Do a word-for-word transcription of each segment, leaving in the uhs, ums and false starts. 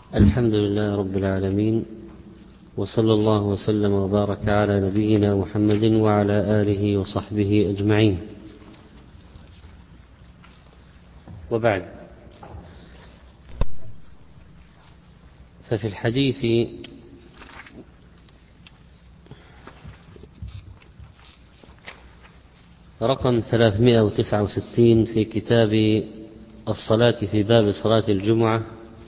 الحمد لله رب العالمين، وصلى الله وسلم وبارك على نبينا محمد وعلى آله وصحبه أجمعين، وبعد. ففي الحديث رقم ثلاثمائة وتسعة وستين في كتاب الصلاة في باب صلاة الجمعة،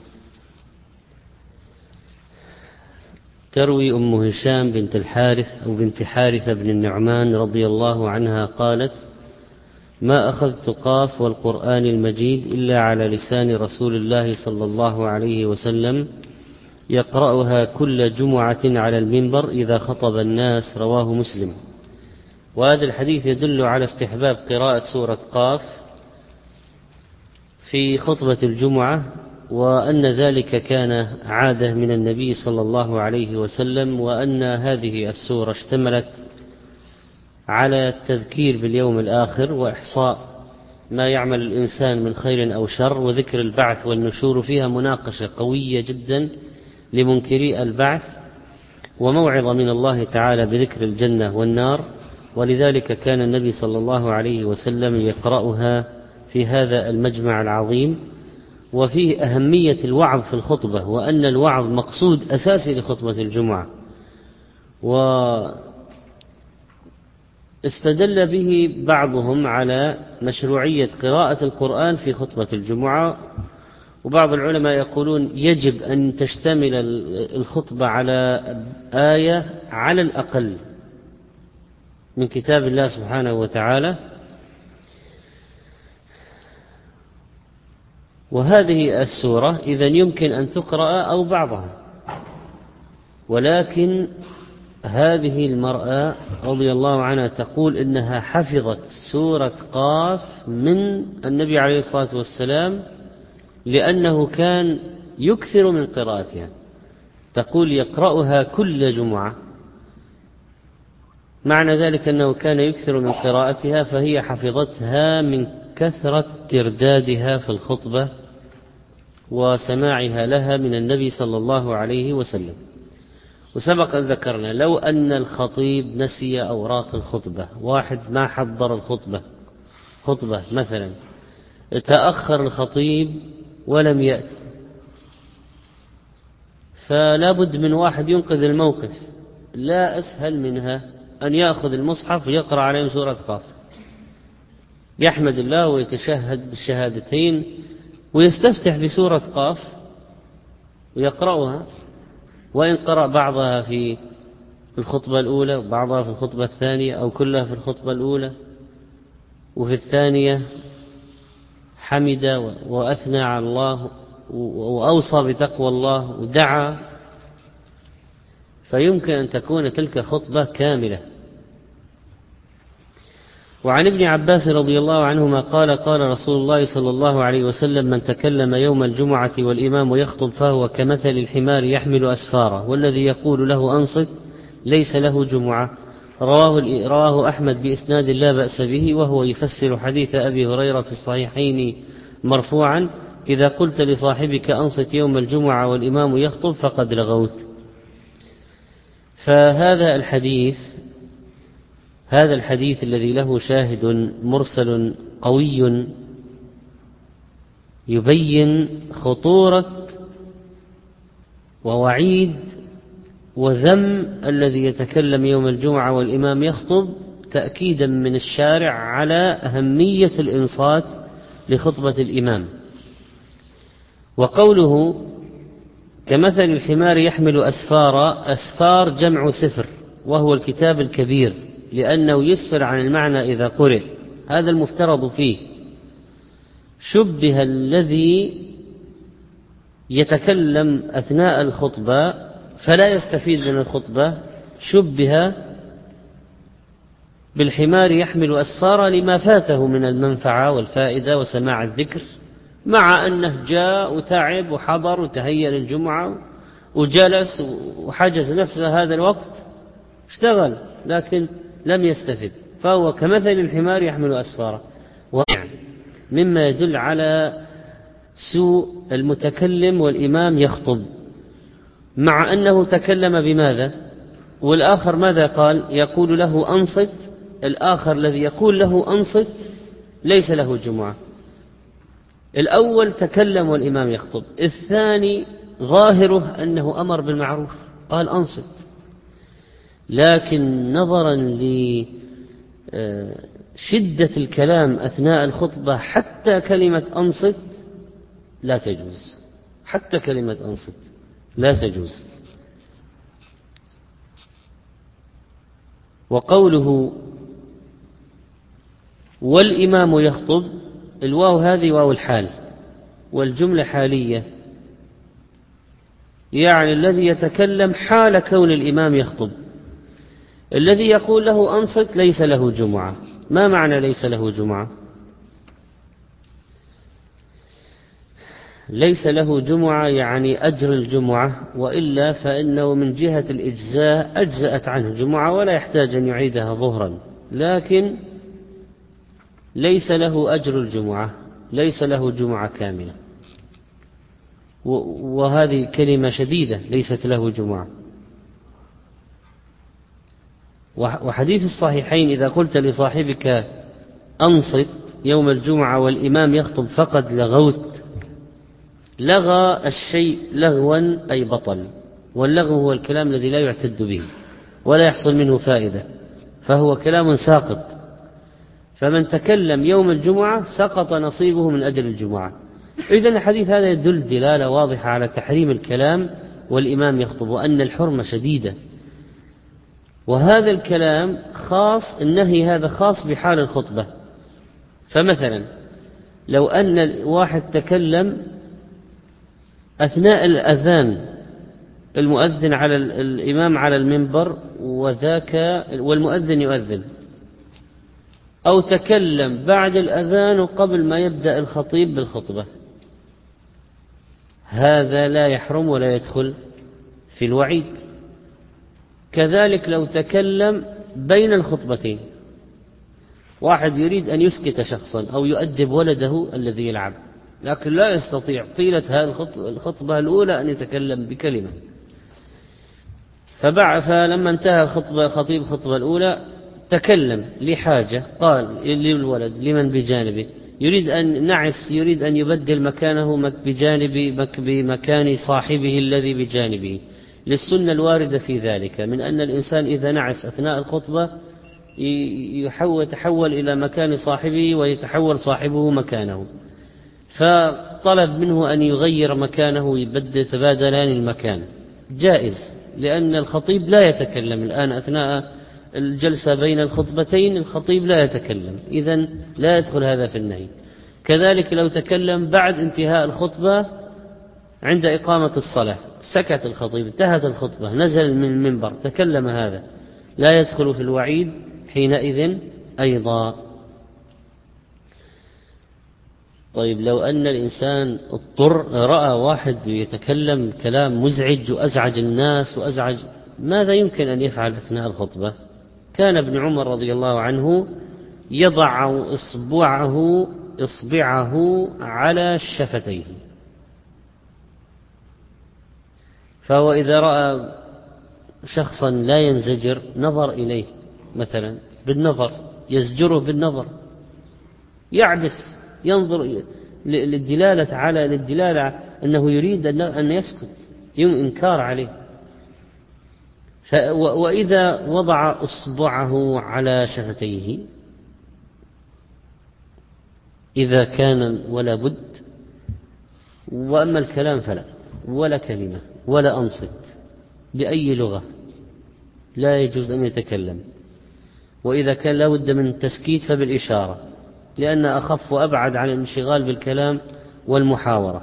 تروي أم هشام بنت الحارث أو بنت حارثة بن النعمان رضي الله عنها قالت: ما أخذت قاف والقرآن المجيد إلا على لسان رسول الله صلى الله عليه وسلم يقرأها كل جمعة على المنبر إذا خطب الناس، رواه مسلم. وهذا الحديث يدل على استحباب قراءة سورة قاف في خطبة الجمعة، وأن ذلك كان عادة من النبي صلى الله عليه وسلم، وأن هذه السورة اشتملت على التذكير باليوم الآخر وإحصاء ما يعمل الإنسان من خير أو شر، وذكر البعث والنشور. فيها مناقشة قوية جدا لمنكري البعث، وموعظة من الله تعالى بذكر الجنة والنار، ولذلك كان النبي صلى الله عليه وسلم يقرأها في هذا المجمع العظيم. وفيه أهمية الوعظ في الخطبة، وأن الوعظ مقصود أساسي لخطبة الجمعة، واستدل به بعضهم على مشروعية قراءة القرآن في خطبة الجمعة. وبعض العلماء يقولون يجب أن تشتمل الخطبة على آية على الأقل من كتاب الله سبحانه وتعالى، وهذه السورة إذن يمكن أن تقرأ أو بعضها. ولكن هذه المرأة رضي الله عنها تقول إنها حفظت سورة قاف من النبي عليه الصلاة والسلام لأنه كان يكثر من قراءتها. تقول يقرأها كل جمعة، معنى ذلك أنه كان يكثر من قراءتها، فهي حفظتها من كثرة تردادها في الخطبة وسماعها لها من النبي صلى الله عليه وسلم. وسبق أن ذكرنا لو أن الخطيب نسي أوراق الخطبة، واحد ما حضر الخطبة خطبة مثلا، تأخر الخطيب ولم يأتي، فلا بد من واحد ينقذ الموقف. لا أسهل منها أن يأخذ المصحف ويقرأ عليهم سورة قاف، يحمد الله ويتشهد بالشهادتين ويستفتح بسورة قاف ويقرأها، وإن قرأ بعضها في الخطبة الأولى وبعضها في الخطبة الثانية، أو كلها في الخطبة الأولى وفي الثانية حمد وأثنى على الله وأوصى بتقوى الله ودعا، فيمكن أن تكون تلك خطبة كاملة. وعن ابن عباس رضي الله عنهما قال: قال رسول الله صلى الله عليه وسلم: من تكلم يوم الجمعة والإمام يخطب فهو كمثل الحمار يحمل أسفاره، والذي يقول له أنصت ليس له جمعة. رواه, رواه أحمد بإسناد لا بأس به، وهو يفسر حديث أبي هريرة في الصحيحين مرفوعا: إذا قلت لصاحبك أنصت يوم الجمعة والإمام يخطب فقد لغوت. فهذا الحديث هذا الحديث الذي له شاهد مرسل قوي يبين خطورة ووعيد وذم الذي يتكلم يوم الجمعة والإمام يخطب، تأكيدا من الشارع على أهمية الإنصات لخطبة الإمام. وقوله كمثل الحمار يحمل أسفار، أسفار جمع سفر، وهو الكتاب الكبير، لأنه يسفر عن المعنى إذا قرئ، هذا المفترض فيه. شبه الذي يتكلم أثناء الخطبة فلا يستفيد من الخطبة، شبه بالحمار يحمل أسفارا لما فاته من المنفعة والفائدة وسماع الذكر، مع أنه جاء وتعب وحضر وتهيأ للجمعة وجلس وحجز نفسه هذا الوقت، اشتغل لكن لم يستفد، فهو كمثل الحمار يحمل أسفاره. مما يدل على سوء المتكلم والإمام يخطب، مع أنه تكلم بماذا؟ والآخر ماذا قال؟ يقول له أنصت. الآخر الذي يقول له أنصت ليس له جمعة. الأول تكلم والإمام يخطب، الثاني ظاهره أنه أمر بالمعروف قال أنصت، لكن نظرا لشدة الكلام أثناء الخطبة حتى كلمة أنصت لا تجوز، حتى كلمة أنصت لا تجوز. وقوله والإمام يخطب، الواو هذه واو الحال والجملة حالية، يعني الذي يتكلم حال كون الإمام يخطب. الذي يقول له أنصت ليس له جمعة. ما معنى ليس له جمعة؟ ليس له جمعة يعني أجر الجمعة، وإلا فإنه من جهة الإجزاء أجزأت عنه جمعة ولا يحتاج أن يعيدها ظهرا، لكن ليس له أجر الجمعة، ليس له جمعة كاملة. وهذه كلمة شديدة، ليست له جمعة. وحديث الصحيحين إذا قلت لصاحبك أنصت يوم الجمعة والإمام يخطب فقد لغوت، لغى الشيء لغوا أي بطل، واللغو هو الكلام الذي لا يعتد به ولا يحصل منه فائدة، فهو كلام ساقط. فمن تكلم يوم الجمعة سقط نصيبه من أجل الجمعة. إذن الحديث هذا يدل دلالة واضحة على تحريم الكلام والإمام يخطب، وأن الحرمة شديدة. وهذا الكلام خاص، النهي هذا خاص بحال الخطبة. فمثلا لو أن واحد تكلم أثناء الأذان، المؤذن على الإمام على المنبر وذاك والمؤذن يؤذن، أو تكلم بعد الأذان قبل ما يبدأ الخطيب بالخطبة، هذا لا يحرم ولا يدخل في الوعيد. كذلك لو تكلم بين الخطبتين، واحد يريد أن يسكت شخصا أو يؤدب ولده الذي يلعب، لكن لا يستطيع طيلة هذه الخطبة الأولى أن يتكلم بكلمة، فلما انتهى الخطبة خطيب الخطبة الأولى تكلم لحاجة، قال للولد لمن بجانبه يريد أن نعس، يريد أن يبدل مكانه بجانب بمكان صاحبه الذي بجانبه، للسنة الواردة في ذلك من أن الإنسان إذا نعس أثناء الخطبة يتحول إلى مكان صاحبه ويتحول صاحبه مكانه، فطلب منه أن يغير مكانه ويبدل، تبادلان المكان، جائز، لأن الخطيب لا يتكلم الآن أثناء الجلسة بين الخطبتين، الخطيب لا يتكلم، إذن لا يدخل هذا في النهي. كذلك لو تكلم بعد انتهاء الخطبة عند إقامة الصلاة، سكت الخطيب، انتهت الخطبة، نزل من المنبر، تكلم، هذا لا يدخل في الوعيد حينئذ أيضا. طيب لو أن الإنسان اضطر، رأى واحد يتكلم كلام مزعج وأزعج الناس وأزعج، ماذا يمكن أن يفعل أثناء الخطبة؟ كان ابن عمر رضي الله عنه يضع إصبعه إصبعه على شفتيه، فهو إذا رأى شخصا لا ينزجر نظر إليه مثلا بالنظر، يزجره بالنظر، يعبس، ينظر للدلالة على للدلالة أنه يريد أن يسكت، إنكار عليه. وإذا وضع إصبعه على شفتيه إذا كان ولا بد، وأما الكلام فلا، ولا كلمة ولا أنصت بأي لغة، لا يجوز أن يتكلم. وإذا كان لا بد من تسكيت فبالإشارة، لأن أخف وأبعد عن الانشغال بالكلام والمحاورة.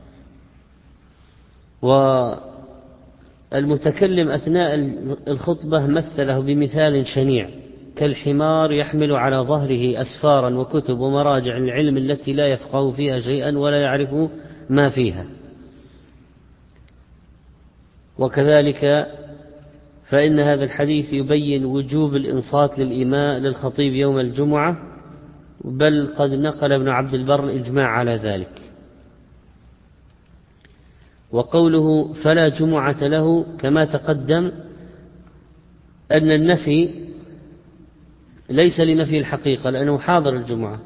والمتكلم أثناء الخطبة مثله بمثال شنيع كالحمار يحمل على ظهره أسفارا وكتب ومراجع العلم التي لا يفقه فيها شيئا ولا يعرف ما فيها. وكذلك فإن هذا الحديث يبين وجوب الإنصات للإمام للخطيب يوم الجمعة، بل قد نقل ابن عبد البر الإجماع على ذلك. وقوله فلا جمعة له كما تقدم أن النفي ليس لنفي الحقيقة لأنه حاضر الجمعة،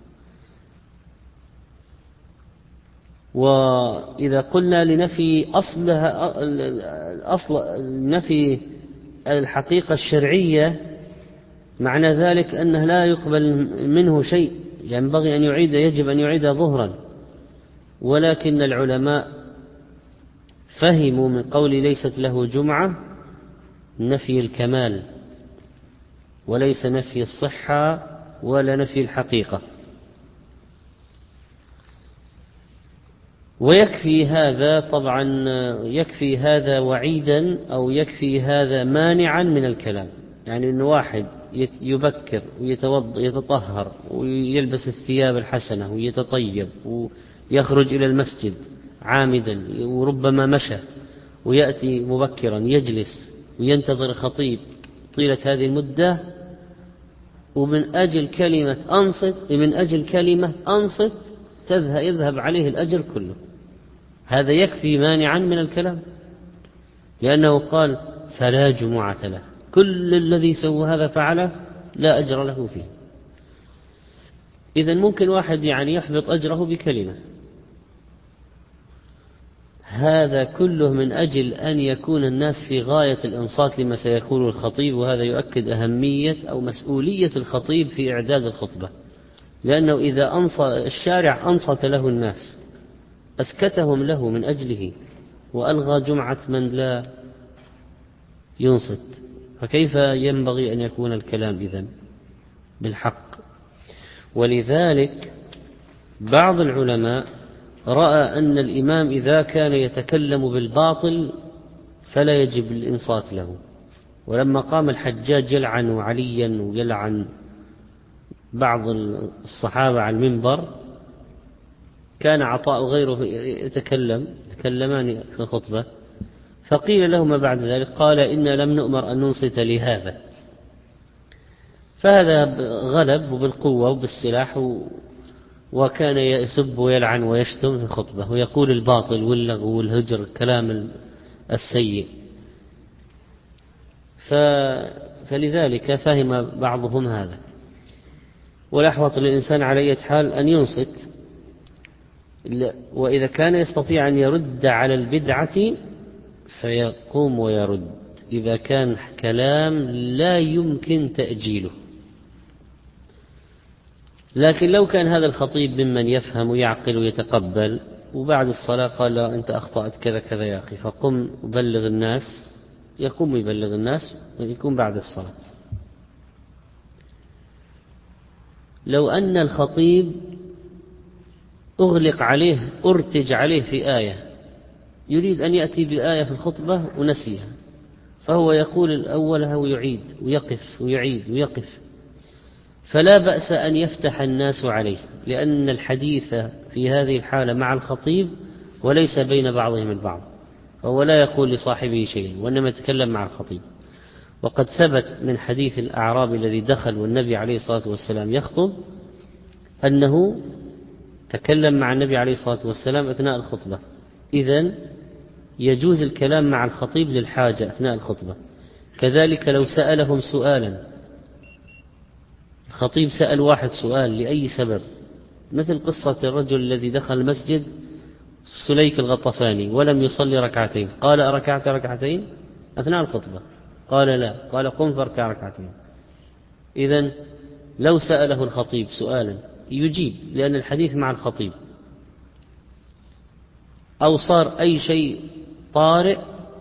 وإذا قلنا لنفي أصلها أصل نفي الحقيقة الشرعية معنى ذلك أنه لا يقبل منه شيء، ينبغي أن يعيد يجب أن يعيد ظهرا. ولكن العلماء فهموا من قول ليست له جمعة نفي الكمال وليس نفي الصحة ولا نفي الحقيقة. ويكفي هذا طبعا يكفي هذا وعيدا أو يكفي هذا مانعا من الكلام، يعني أن واحد يبكر ويتطهر ويلبس الثياب الحسنة ويتطيب ويخرج إلى المسجد عامدا وربما مشى ويأتي مبكرا يجلس وينتظر خطيب طيلة هذه المدة، ومن أجل كلمة أنصت من أجل كلمة أنصت تذهب يذهب عليه الأجر كله، هذا يكفي مانعا من الكلام، لأنه قال فلا جمعة له، كل الذي سوى هذا فعله لا أجر له فيه. إذن ممكن واحد يعني يحبط أجره بكلمة، هذا كله من أجل أن يكون الناس في غاية الإنصات لما سيقول الخطيب، وهذا يؤكد أهمية أو مسؤولية الخطيب في إعداد الخطبة، لأنه إذا أنصت الشارع أنصت له الناس أسكتهم له من أجله وألغى جمعة من لا ينصت، فكيف ينبغي أن يكون الكلام إذن بالحق؟ ولذلك بعض العلماء رأى أن الإمام إذا كان يتكلم بالباطل فلا يجب الإنصات له. ولما قام الحجاج يلعن عليا ويلعن بعض الصحابة على المنبر كان عطاء غيره يتكلم يتكلمان في الخطبة، فقيل لهما بعد ذلك قال إنا لم نؤمر أن ننصت لهذا، فهذا غلب بالقوة وبالسلاح، وكان يسب ويلعن ويشتم في الخطبة ويقول الباطل واللغو والهجر الكلام السيء. فلذلك فهم بعضهم هذا. والأحوط للإنسان على أي حال أن ينصت، وإذا كان يستطيع أن يرد على البدعة فيقوم ويرد إذا كان كلام لا يمكن تأجيله. لكن لو كان هذا الخطيب ممن يفهم ويعقل ويتقبل وبعد الصلاة قال لا أنت أخطأت كذا كذا يا أخي فقم وبلغ الناس، يقوم يبلغ الناس ويكون بعد الصلاة. لو أن الخطيب أغلق عليه أرتج عليه في آية يريد أن يأتي بآية في الخطبة ونسيها، فهو يقول الأولها ويعيد ويقف ويعيد ويقف، فلا بأس أن يفتح الناس عليه، لأن الحديث في هذه الحالة مع الخطيب وليس بين بعضهم البعض، فهو لا يقول لصاحبه شيء وإنما يتكلم مع الخطيب. وقد ثبت من حديث الأعرابي الذي دخل والنبي عليه الصلاة والسلام يخطب أنه تكلم مع النبي عليه الصلاة والسلام أثناء الخطبة. إذن يجوز الكلام مع الخطيب للحاجة أثناء الخطبة. كذلك لو سألهم سؤالا، الخطيب سأل واحد سؤال لأي سبب، مثل قصة الرجل الذي دخل المسجد سليك الغطفاني ولم يصلي ركعتين، قال أركعت ركعتين أثناء الخطبة؟ قال لا، قال قم فاركع ركعتين. إذن لو سأله الخطيب سؤالا يجيب لأن الحديث مع الخطيب، أو صار أي شيء طارئ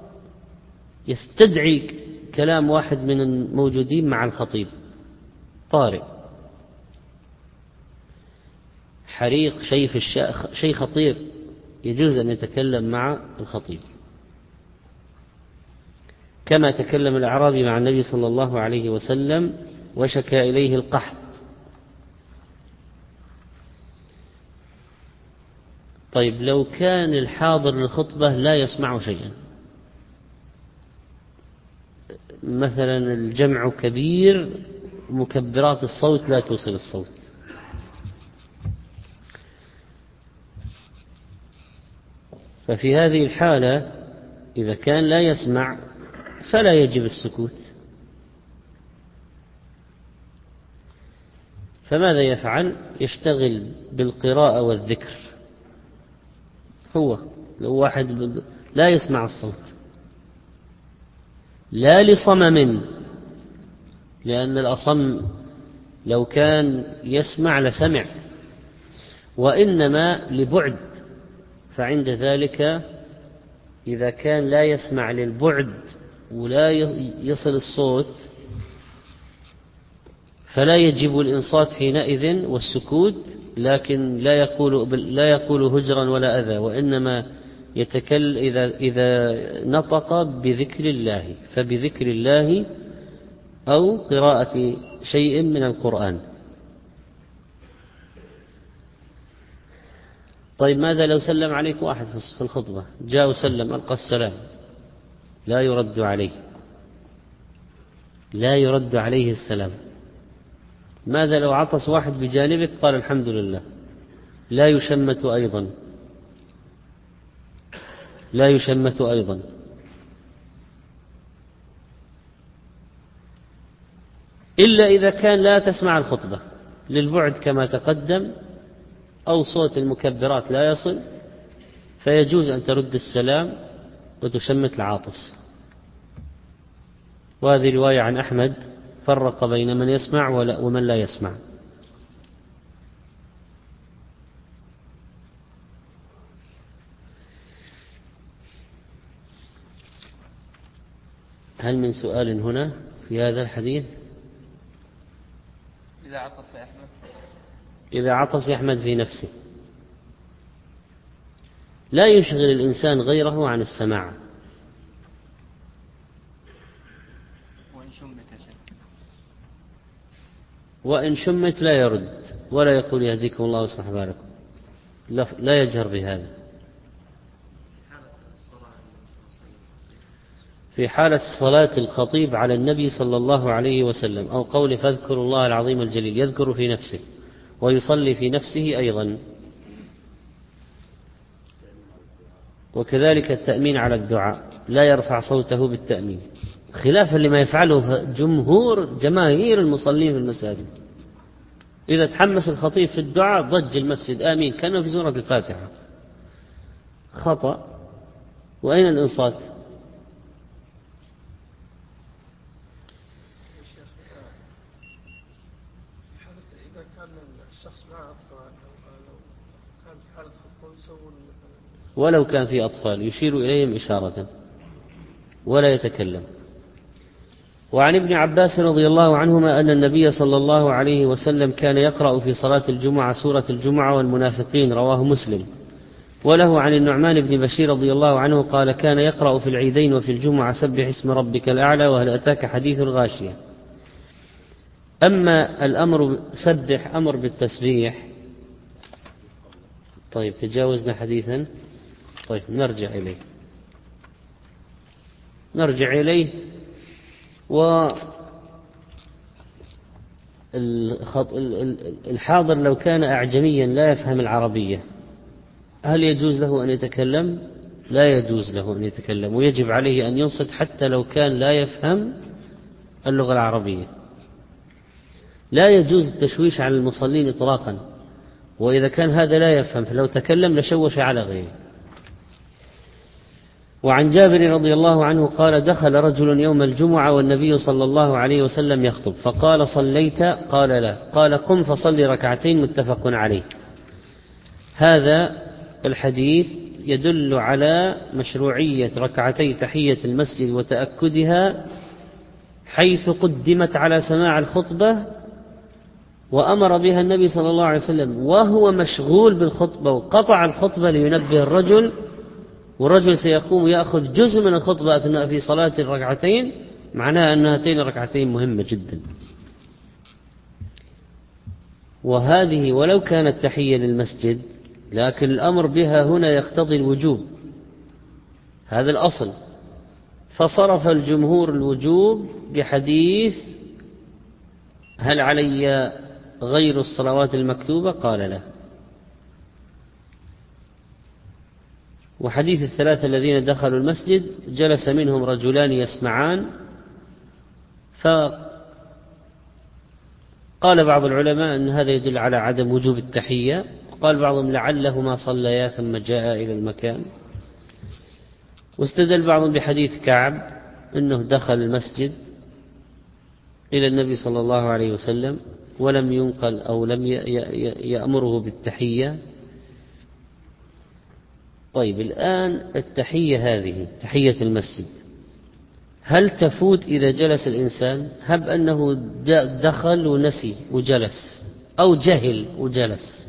يستدعي كلام واحد من الموجودين مع الخطيب، طارئ حريق شيء في الشا... شيء خطير يجوز أن يتكلم مع الخطيب، كما تكلم الأعرابي مع النبي صلى الله عليه وسلم وشكى إليه القحط. طيب لو كان الحاضر للخطبة لا يسمع شيئا، مثلا الجمع كبير مكبرات الصوت لا توصل الصوت، ففي هذه الحالة إذا كان لا يسمع فلا يجب السكوت. فماذا يفعل؟ يشتغل بالقراءة والذكر. هو لو واحد لا يسمع الصوت لا لصمم، لأن الأصم لو كان يسمع لسمع، وإنما لبعد، فعند ذلك إذا كان لا يسمع للبعد ولا يصل الصوت فلا يجب الإنصات حينئذ والسكوت، لكن لا يقول لا يقول هجرا ولا أذى، وإنما يتكلم إذا إذا نطق بذكر الله فبذكر الله أو قراءة شيء من القرآن. طيب ماذا لو سلم عليك واحد في الخطبة، جاء وسلم ألقى السلام، لا يرد عليه لا يرد عليه السلام. ماذا لو عطس واحد بجانبك قال الحمد لله، لا يشمت أيضا لا يشمت أيضا. إلا إذا كان لا تسمع الخطبة للبعد كما تقدم، أو صوت المكبرات لا يصل، فيجوز أن ترد السلام وتشمت العاطس. وهذه رواية عن أحمد فرق بين من يسمع ومن لا يسمع. هل من سؤال هنا في هذا الحديث؟ إذا عطس أحمد إذا عطس أحمد في نفسه لا يشغل الإنسان غيره عن السماع. وإن شمت وإن شمت لا يرد ولا يقول يهديكم الله ويصلح بالكم، لا يجهر بهذا. في حالة صلاة الخطيب على النبي صلى الله عليه وسلم، أو قول فاذكروا الله العظيم الجليل، يذكر في نفسه ويصلي في نفسه أيضا. وكذلك التأمين على الدعاء، لا يرفع صوته بالتأمين، خلافا لما يفعله جمهور جماهير المصلين في المساجد. إذا تحمس الخطيب في الدعاء ضج المسجد آمين كأنه في سورة الفاتحة، خطأ. وأين الإنصات؟ ولو كان في أطفال يشير إليهم إشارة ولا يتكلم. وعن ابن عباس رضي الله عنهما أن النبي صلى الله عليه وسلم كان يقرأ في صلاة الجمعة سورة الجمعة والمنافقين، رواه مسلم. وله عن النعمان بن بشير رضي الله عنه قال كان يقرأ في العيدين وفي الجمعة سبح اسم ربك الأعلى وهل أتاك حديث الغاشية. أما الأمر سبح أمر بالتسبيح. طيب تجاوزنا حديثا، طيب نرجع إليه نرجع إليه والحاضر لو كان أعجميا لا يفهم العربية هل يجوز له أن يتكلم؟ لا يجوز له أن يتكلم، ويجب عليه أن ينصت حتى لو كان لا يفهم اللغة العربية. لا يجوز التشويش على المصلين إطلاقا، وإذا كان هذا لا يفهم فلو تكلم لشوش على غيره. وعن جابر رضي الله عنه قال دخل رجل يوم الجمعة والنبي صلى الله عليه وسلم يخطب فقال صليت؟ قال لا. قال قم فصلي ركعتين، متفق عليه. هذا الحديث يدل على مشروعية ركعتي تحية المسجد وتأكدها حيث قدمت على سماع الخطبة، وأمر بها النبي صلى الله عليه وسلم وهو مشغول بالخطبة، وقطع الخطبة لينبه الرجل، والرجل سيقوم يأخذ جزء من الخطبة أثناء في صلاة الركعتين، معناها أن هاتين الركعتين مهمة جدا. وهذه ولو كانت تحية للمسجد لكن الأمر بها هنا يقتضي الوجوب، هذا الأصل. فصرف الجمهور الوجوب بحديث هل علي غير الصلوات المكتوبة؟ قال لا. وحديث الثلاثة الذين دخلوا المسجد جلس منهم رجلان يسمعان، فقال بعض العلماء أن هذا يدل على عدم وجوب التحية، وقال بعضهم لعلهما صليا ثم جاء إلى المكان. واستدل بعضهم بحديث كعب أنه دخل المسجد إلى النبي صلى الله عليه وسلم ولم ينقل أو لم يأمره بالتحية. طيب الآن التحية هذه تحية المسجد هل تفوت إذا جلس الإنسان؟ هب أنه دخل ونسي وجلس أو جهل وجلس،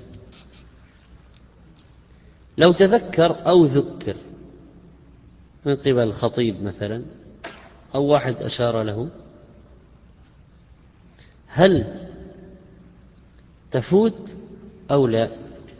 لو تذكر أو ذكر من قبل الخطيب مثلا أو واحد أشار له، هل تفوت أو لا؟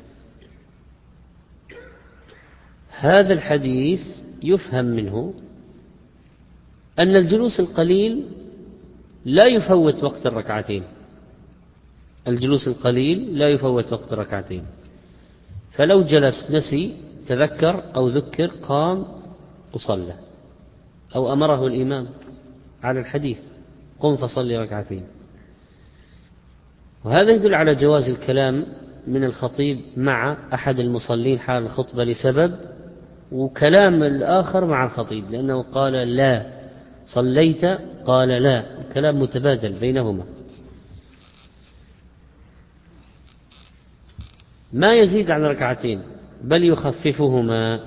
هذا الحديث يفهم منه أن الجلوس القليل لا يفوت وقت الركعتين، الجلوس القليل لا يفوت وقت الركعتين. فلو جلس نسي تذكر أو ذكر قام وصلى، أو أمره الإمام على الحديث قم فصلي ركعتين. وهذا يدل على جواز الكلام من الخطيب مع أحد المصلين حال الخطبة لسبب، وكلام الآخر مع الخطيب لأنه قال لا صليت، قال لا، كلام متبادل بينهما. ما يزيد عن ركعتين بل يخففهما،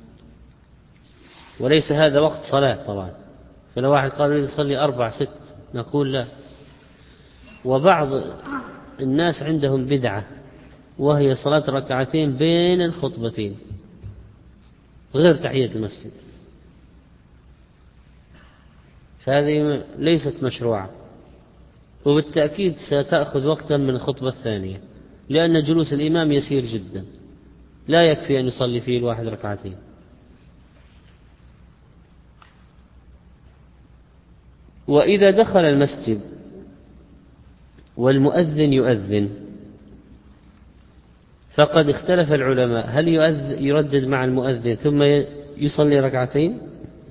وليس هذا وقت صلاة طبعا. فلو واحد قال لي صلي أربع ست نقول لا. وبعض الناس عندهم بدعة وهي صلاة ركعتين بين الخطبتين غير تحية المسجد، فهذه ليست مشروعة، وبالتأكيد ستأخذ وقتا من الخطبة الثانية، لأن جلوس الإمام يسير جدا لا يكفي أن يصلي فيه الواحد ركعتين. وإذا دخل المسجد والمؤذن يؤذن فقد اختلف العلماء هل يردد مع المؤذن ثم يصلي ركعتين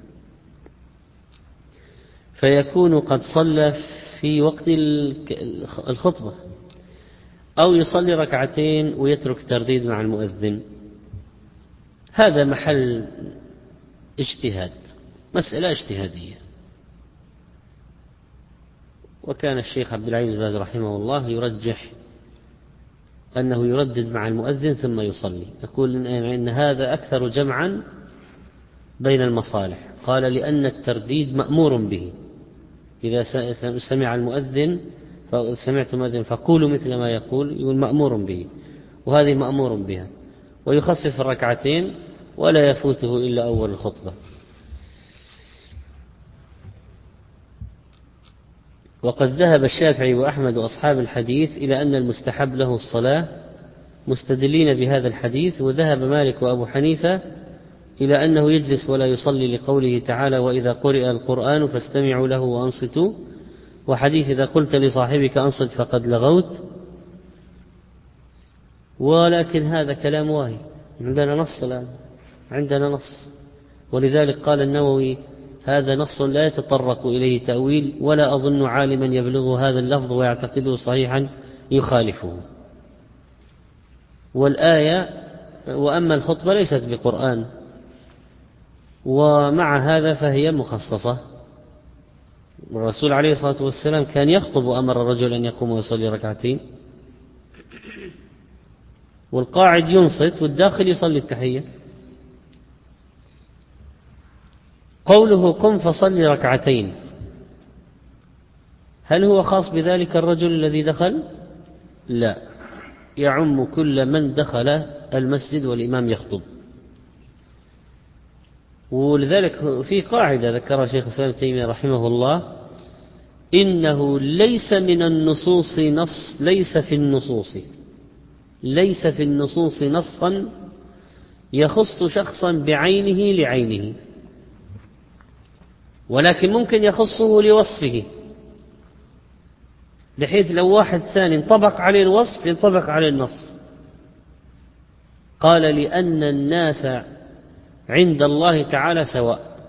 فيكون قد صلى في وقت الخطبة، أو يصلي ركعتين ويترك ترديد مع المؤذن. هذا محل اجتهاد، مسألة اجتهادية. وكان الشيخ عبد العزيز باز رحمه الله يرجح أنه يردد مع المؤذن ثم يصلي، يقول إن هذا أكثر جمعا بين المصالح. قال لأن الترديد مأمور به، إذا سمع المؤذن فسمعت المؤذن فقولوا مثل ما يقول، يقول مأمور به، وهذه مأمور بها. ويخفف الركعتين ولا يفوته إلا أول الخطبة. وقد ذهب الشافعي وأحمد وأصحاب الحديث إلى أن المستحب له الصلاة مستدلين بهذا الحديث، وذهب مالك وأبو حنيفة إلى أنه يجلس ولا يصلي لقوله تعالى وإذا قرئ القرآن فاستمعوا له وأنصتوا، وحديث إذا قلت لصاحبك أنصت فقد لغوت. ولكن هذا كلام واهي، عندنا نص الآن، عندنا نص، ولذلك قال النووي هذا نص لا يتطرق إليه تأويل، ولا أظن عالما يبلغ هذا اللفظ ويعتقده صحيحا يخالفه. والآية وأما الخطبة ليست بقرآن، ومع هذا فهي مخصصة. الرسول عليه الصلاة والسلام كان يخطب وأمر الرجل أن يقوم ويصلي ركعتين، والقاعد ينصت والداخل يصلي التحية. قوله قم فصلي ركعتين هل هو خاص بذلك الرجل الذي دخل؟ لا، يعم كل من دخل المسجد والإمام يخطب. ولذلك في قاعدة ذكرها شيخ الإسلام ابن تيمية رحمه الله، إنه ليس من النصوص نص ليس في النصوص ليس في النصوص نصا يخص شخصا بعينه لعينه، ولكن ممكن يخصه لوصفه، بحيث لو واحد ثاني انطبق عليه الوصف ينطبق عليه النص. قال لأن الناس عند الله تعالى سواء.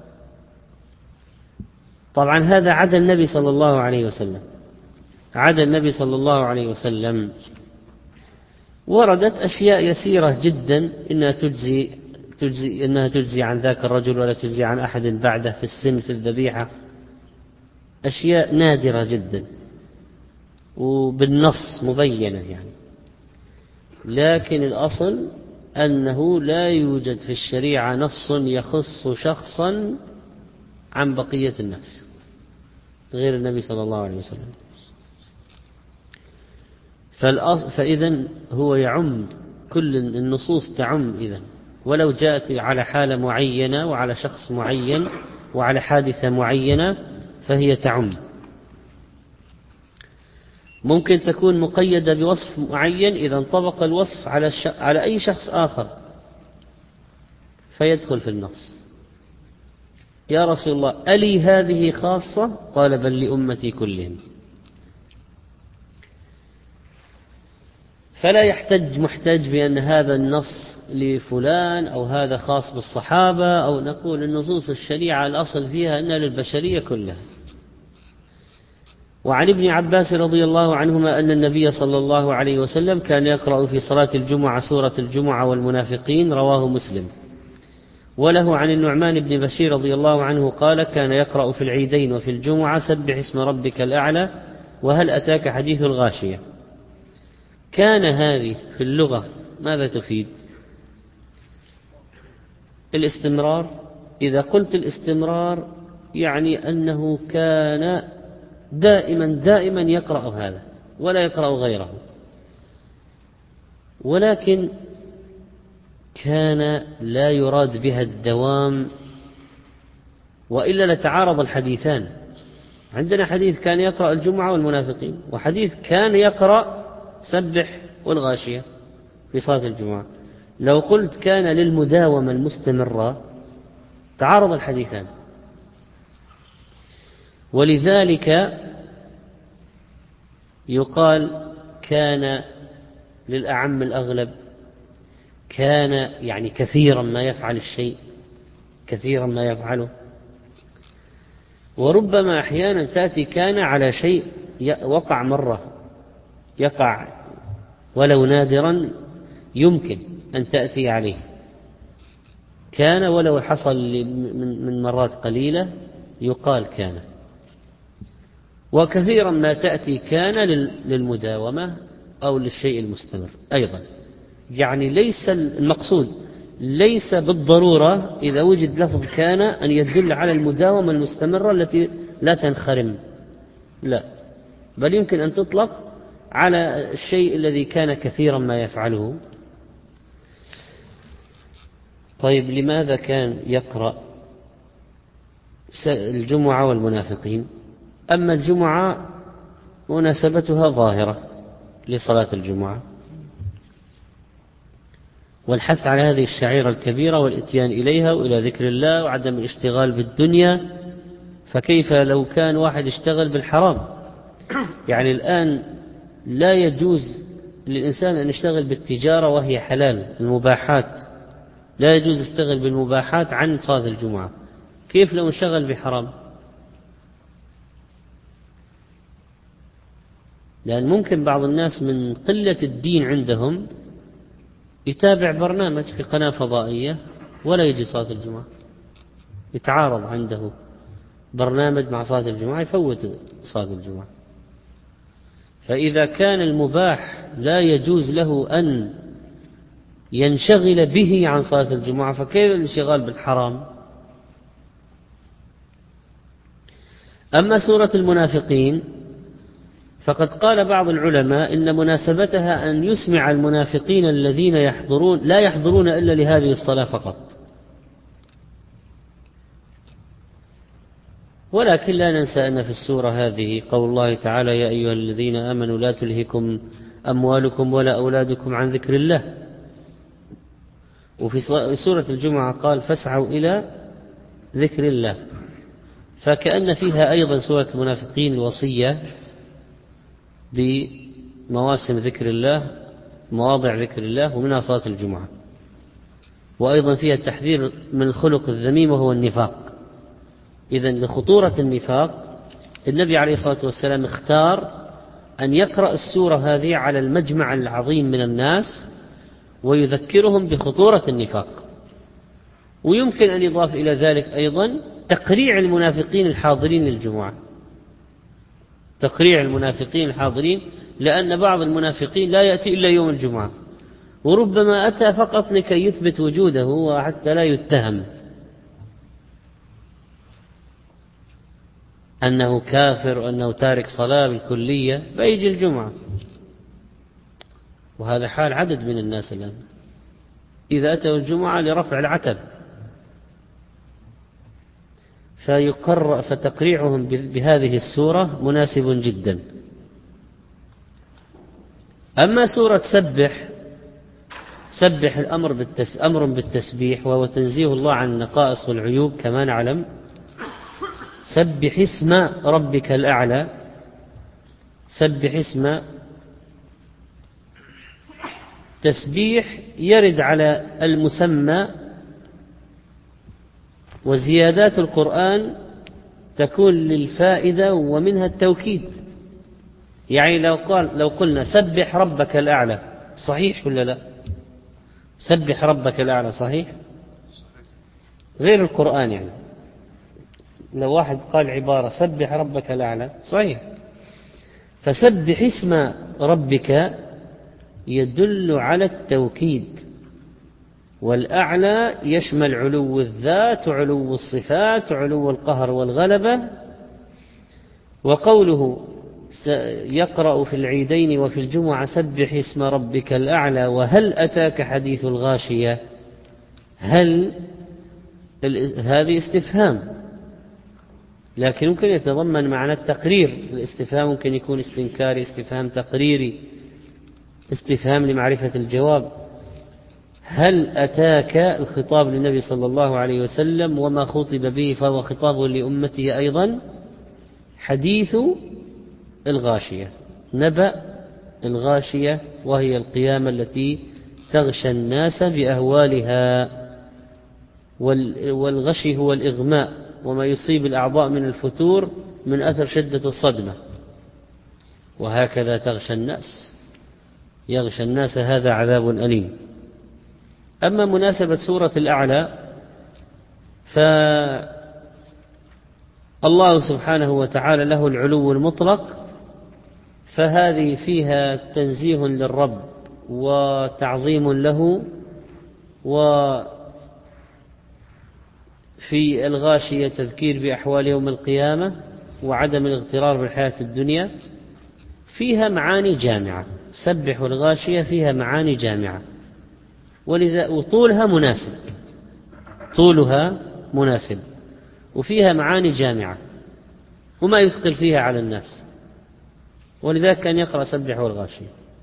طبعا هذا عدا النبي صلى الله عليه وسلم، عدا النبي صلى الله عليه وسلم. وردت أشياء يسيرة جدا إنها تجزي, تجزي, إنها تجزي عن ذاك الرجل ولا تجزي عن أحد بعده في السن في الذبيحة، أشياء نادرة جدا وبالنص مبينة يعني. لكن الأصل أنه لا يوجد في الشريعة نص يخص شخصا عن بقية الناس غير النبي صلى الله عليه وسلم. فإذن هو يعم، كل النصوص تعم إذن، ولو جاءت على حالة معينة وعلى شخص معين وعلى حادثة معينة فهي تعم. ممكن تكون مقيدة بوصف معين إذا انطبق الوصف على, على أي شخص آخر فيدخل في النص. يا رسول الله ألي هذه خاصة؟ قال بل لأمتي كلهم. فلا يحتج محتج بأن هذا النص لفلان أو هذا خاص بالصحابة، أو نقول النصوص الشريعة الأصل فيها أنها للبشرية كلها. وعن ابن عباس رضي الله عنهما أن النبي صلى الله عليه وسلم كان يقرأ في صلاة الجمعة سورة الجمعة والمنافقين، رواه مسلم. وله عن النعمان بن بشير رضي الله عنه قال كان يقرأ في العيدين وفي الجمعة سبح اسم ربك الأعلى وهل أتاك حديث الغاشية. كان هذه في اللغة ماذا تفيد؟ الاستمرار. إذا قلت الاستمرار يعني أنه كان دائما دائما يقرأ هذا ولا يقرأ غيره. ولكن كان لا يراد بها الدوام، وإلا لتعارض الحديثان. عندنا حديث كان يقرأ الجمعة والمنافقين، وحديث كان يقرأ سبح والغاشية في صلاة الجمعة. لو قلت كان للمداومة المستمرة تعارض الحديثان. ولذلك يقال كان للأعم الأغلب، كان يعني كثيرا ما يفعل الشيء، كثيرا ما يفعله. وربما أحيانا تأتي كان على شيء وقع مرة، يقع ولو نادرا يمكن أن تأتي عليه، كان ولو حصل من مرات قليلة يقال كان. وكثيرا ما تأتي كان للمداومة أو للشيء المستمر أيضا. يعني ليس المقصود ليس بالضرورة إذا وجد لفظ كان أن يدل على المداومة المستمرة التي لا تنخرم، لا، بل يمكن أن تطلق على الشيء الذي كان كثيرا ما يفعله. طيب لماذا كان يقرأ الجمعة والمنافقين؟ أما الجمعة مناسبتها ظاهرة لصلاة الجمعة والحث على هذه الشعيرة الكبيرة والإتيان إليها وإلى ذكر الله وعدم الاشتغال بالدنيا. فكيف لو كان واحد اشتغل بالحرام؟ يعني الآن لا يجوز للإنسان أن يشتغل بالتجارة وهي حلال، المباحات لا يجوز يشتغل بالمباحات عن صلاة الجمعة. كيف لو انشغل بحرام؟ لأن ممكن بعض الناس من قلة الدين عندهم يتابع برنامج في قناة فضائية ولا يجي صلاة الجمعة، يتعارض عنده برنامج مع صلاة الجمعة يفوت صلاة الجمعة. فإذا كان المباح لا يجوز له أن ينشغل به عن صلاة الجمعة فكيف الانشغال بالحرام؟ أما سورة المنافقين فقد قال بعض العلماء إن مناسبتها أن يسمع المنافقين الذين يحضرون لا يحضرون إلا لهذه الصلاة فقط. ولكن لا ننسى أن في السورة هذه قول الله تعالى يا أيها الذين آمنوا لا تلهكم أموالكم ولا أولادكم عن ذكر الله. وفي سورة الجمعة قال فاسعوا إلى ذكر الله. فكأن فيها أيضا سورة المنافقين الوصية بمواسم ذكر الله، مواضع ذكر الله، ومنها صلاة الجمعة. وأيضا فيها التحذير من الخلق الذميم وهو النفاق. إذن لخطورة النفاق النبي عليه الصلاة والسلام اختار أن يقرأ السورة هذه على المجمع العظيم من الناس ويذكرهم بخطورة النفاق. ويمكن أن يضاف إلى ذلك أيضا تقريع المنافقين الحاضرين للجمعة، تقريع المنافقين الحاضرين، لأن بعض المنافقين لا يأتي إلا يوم الجمعة، وربما أتى فقط لكي يثبت وجوده وحتى لا يتهم أنه كافر وأنه تارك صلاة بالكلية فيجي الجمعة. وهذا حال عدد من الناس الآن إذا أتوا الجمعة لرفع العتب، فيقر فتقريعهم بهذه السورة مناسب جدا. أما سورة سبح، سبح الأمر بالتس أمر بالتسبيح وهو تنزيه الله عن النقائص والعيوب كما نعلم. سبح اسم ربك الأعلى، سبح اسم تسبيح يرد على المسمى، وزيادات القرآن تكون للفائدة ومنها التوكيد. يعني لو قال لو قلنا سبح ربك الأعلى صحيح ولا لا؟ سبح ربك الأعلى صحيح غير القرآن. يعني لو واحد قال عبارة سبح ربك الأعلى صحيح. فسبح اسم ربك يدل على التوكيد، والأعلى يشمل علو الذات وعلو الصفات وعلو القهر والغلبة. وقوله يقرأ في العيدين وفي الجمعة سبح اسم ربك الأعلى وهل أتاك حديث الغاشية، هل هذه استفهام، لكن ممكن يتضمن معنى التقرير. الاستفهام ممكن يكون استنكاري، استفهام تقريري، استفهام لمعرفة الجواب. هل أتاك الخطاب للنبي صلى الله عليه وسلم وما خطب به فهو خطاب لأمته أيضا. حديث الغاشية، نبأ الغاشية وهي القيامة التي تغشى الناس بأهوالها، والغشي هو الإغماء وما يصيب الأعضاء من الفتور من أثر شدة الصدمة، وهكذا تغشى الناس، يغشى الناس هذا عذاب أليم. أما مناسبة سورة الأعلى فالله سبحانه وتعالى له العلو المطلق، فهذه فيها تنزيه للرب وتعظيم له. وفي الغاشية تذكير بأحوال يوم القيامة وعدم الاغترار بالحياة الدنيا. فيها معاني جامعة، سبح الغاشية فيها معاني جامعة، ولذا وطولها مناسب، طولها مناسب وفيها معاني جامعة وما يثقل فيها على الناس، ولذلك كان يقرأ سبح الغاشية.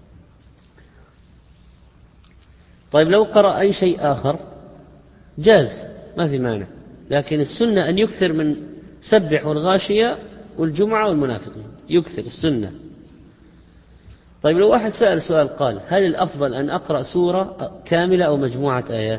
طيب لو قرأ أي شيء آخر جاز ما في مانع، لكن السنة أن يكثر من سبح الغاشية والجمعة والمنافقين، يكثر السنة. طيب لو واحد سأل سؤال قال هل الأفضل أن أقرأ سورة كاملة أو مجموعة آيات؟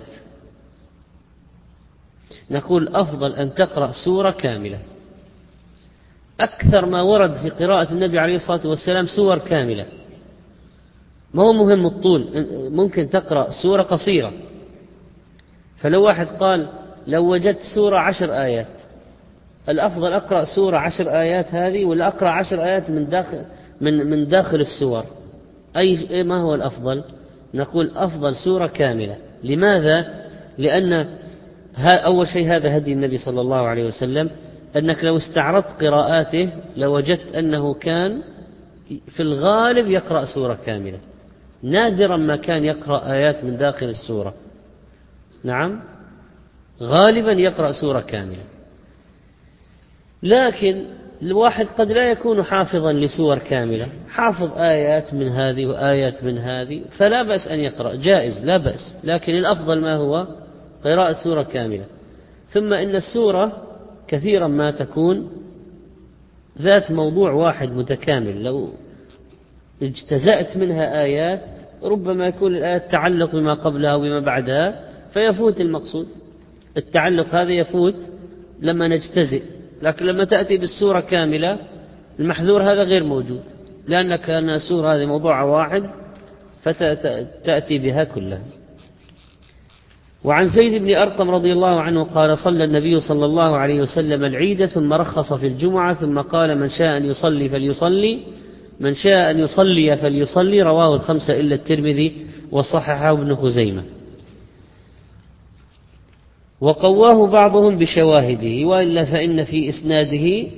نقول أفضل أن تقرأ سورة كاملة. أكثر ما ورد في قراءة النبي عليه الصلاة والسلام سور كاملة، ما هو مهم الطول، ممكن تقرأ سورة قصيرة. فلو واحد قال لو وجدت سورة عشر آيات الأفضل أقرأ سورة عشر آيات هذه ولا أقرأ عشر آيات من داخل من من داخل السور؟ أي ما هو الأفضل؟ نقول أفضل سورة كاملة. لماذا؟ لأن أول شيء هذا هدي النبي صلى الله عليه وسلم، أنك لو استعرضت قراءاته لوجدت أنه كان في الغالب يقرأ سورة كاملة، نادرا ما كان يقرأ آيات من داخل السورة. نعم، غالبا يقرأ سورة كاملة. لكن الواحد قد لا يكون حافظا لسور كاملة، حافظ آيات من هذه وآيات من هذه، فلا بأس أن يقرأ، جائز لا بأس، لكن الأفضل ما هو قراءة سورة كاملة. ثم إن السورة كثيرا ما تكون ذات موضوع واحد متكامل، لو اجتزأت منها آيات ربما يكون الآيات تعلق بما قبلها وبما بعدها فيفوت المقصود. التعلق هذا يفوت لما نجتزئ، لكن لما تأتي بالسورة كاملة المحذور هذا غير موجود، لأنك كان السورة هذه موضوع واحد فتأتي بها كلها. وعن زيد بن أرقم رضي الله عنه قال صلى النبي صلى الله عليه وسلم العيد ثم رخص في الجمعة ثم قال من شاء أن يصلي فليصلي من شاء أن يصلي فليصلي. رواه الخمسة إلا الترمذي وصححه ابن خزيمة. وقواه بعضهم بشواهده، وإلا فإن في إسناده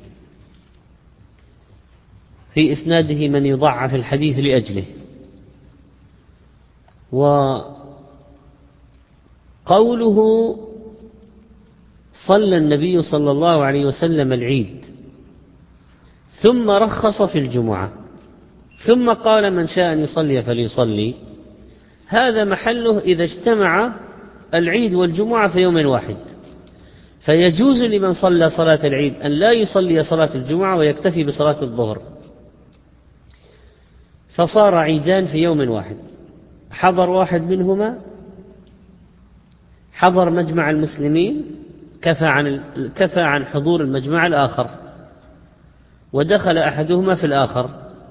في إسناده من يضعف الحديث لأجله. وقوله صلى النبي صلى الله عليه وسلم العيد ثم رخص في الجمعة ثم قال من شاء أن يصلي فليصلي، هذا محله إذا اجتمع العيد والجمعة في يوم واحد، فيجوز لمن صلى صلاة العيد أن لا يصلي صلاة الجمعة ويكتفي بصلاة الظهر، فصار عيدان في يوم واحد، حضر واحد منهما حضر مجمع المسلمين كفى عن كفى عن حضور المجمع الآخر، ودخل أحدهما في الآخر.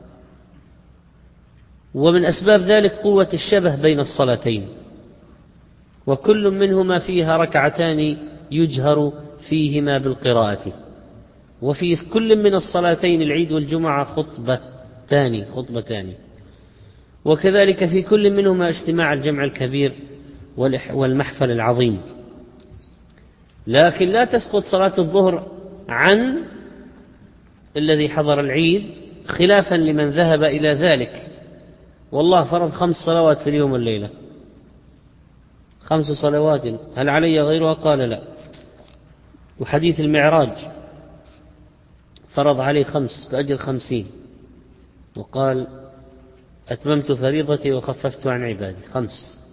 ومن أسباب ذلك قوة الشبه بين الصلاتين، وكل منهما فيها ركعتان يجهر فيهما بالقراءة، وفي كل من الصلاتين العيد والجمعة خطبتان خطبتان وكذلك في كل منهما اجتماع الجمع الكبير والمحفل العظيم. لكن لا تسقط صلاة الظهر عن الذي حضر العيد، خلافا لمن ذهب إلى ذلك. والله فرض خمس صلوات في اليوم والليلة، خمس صلوات هل علي غيرها؟ قال لا. وحديث المعراج فرض عليه خمس بأجر خمسين، وقال أتممت فريضتي وخففت عن عبادي، خمس.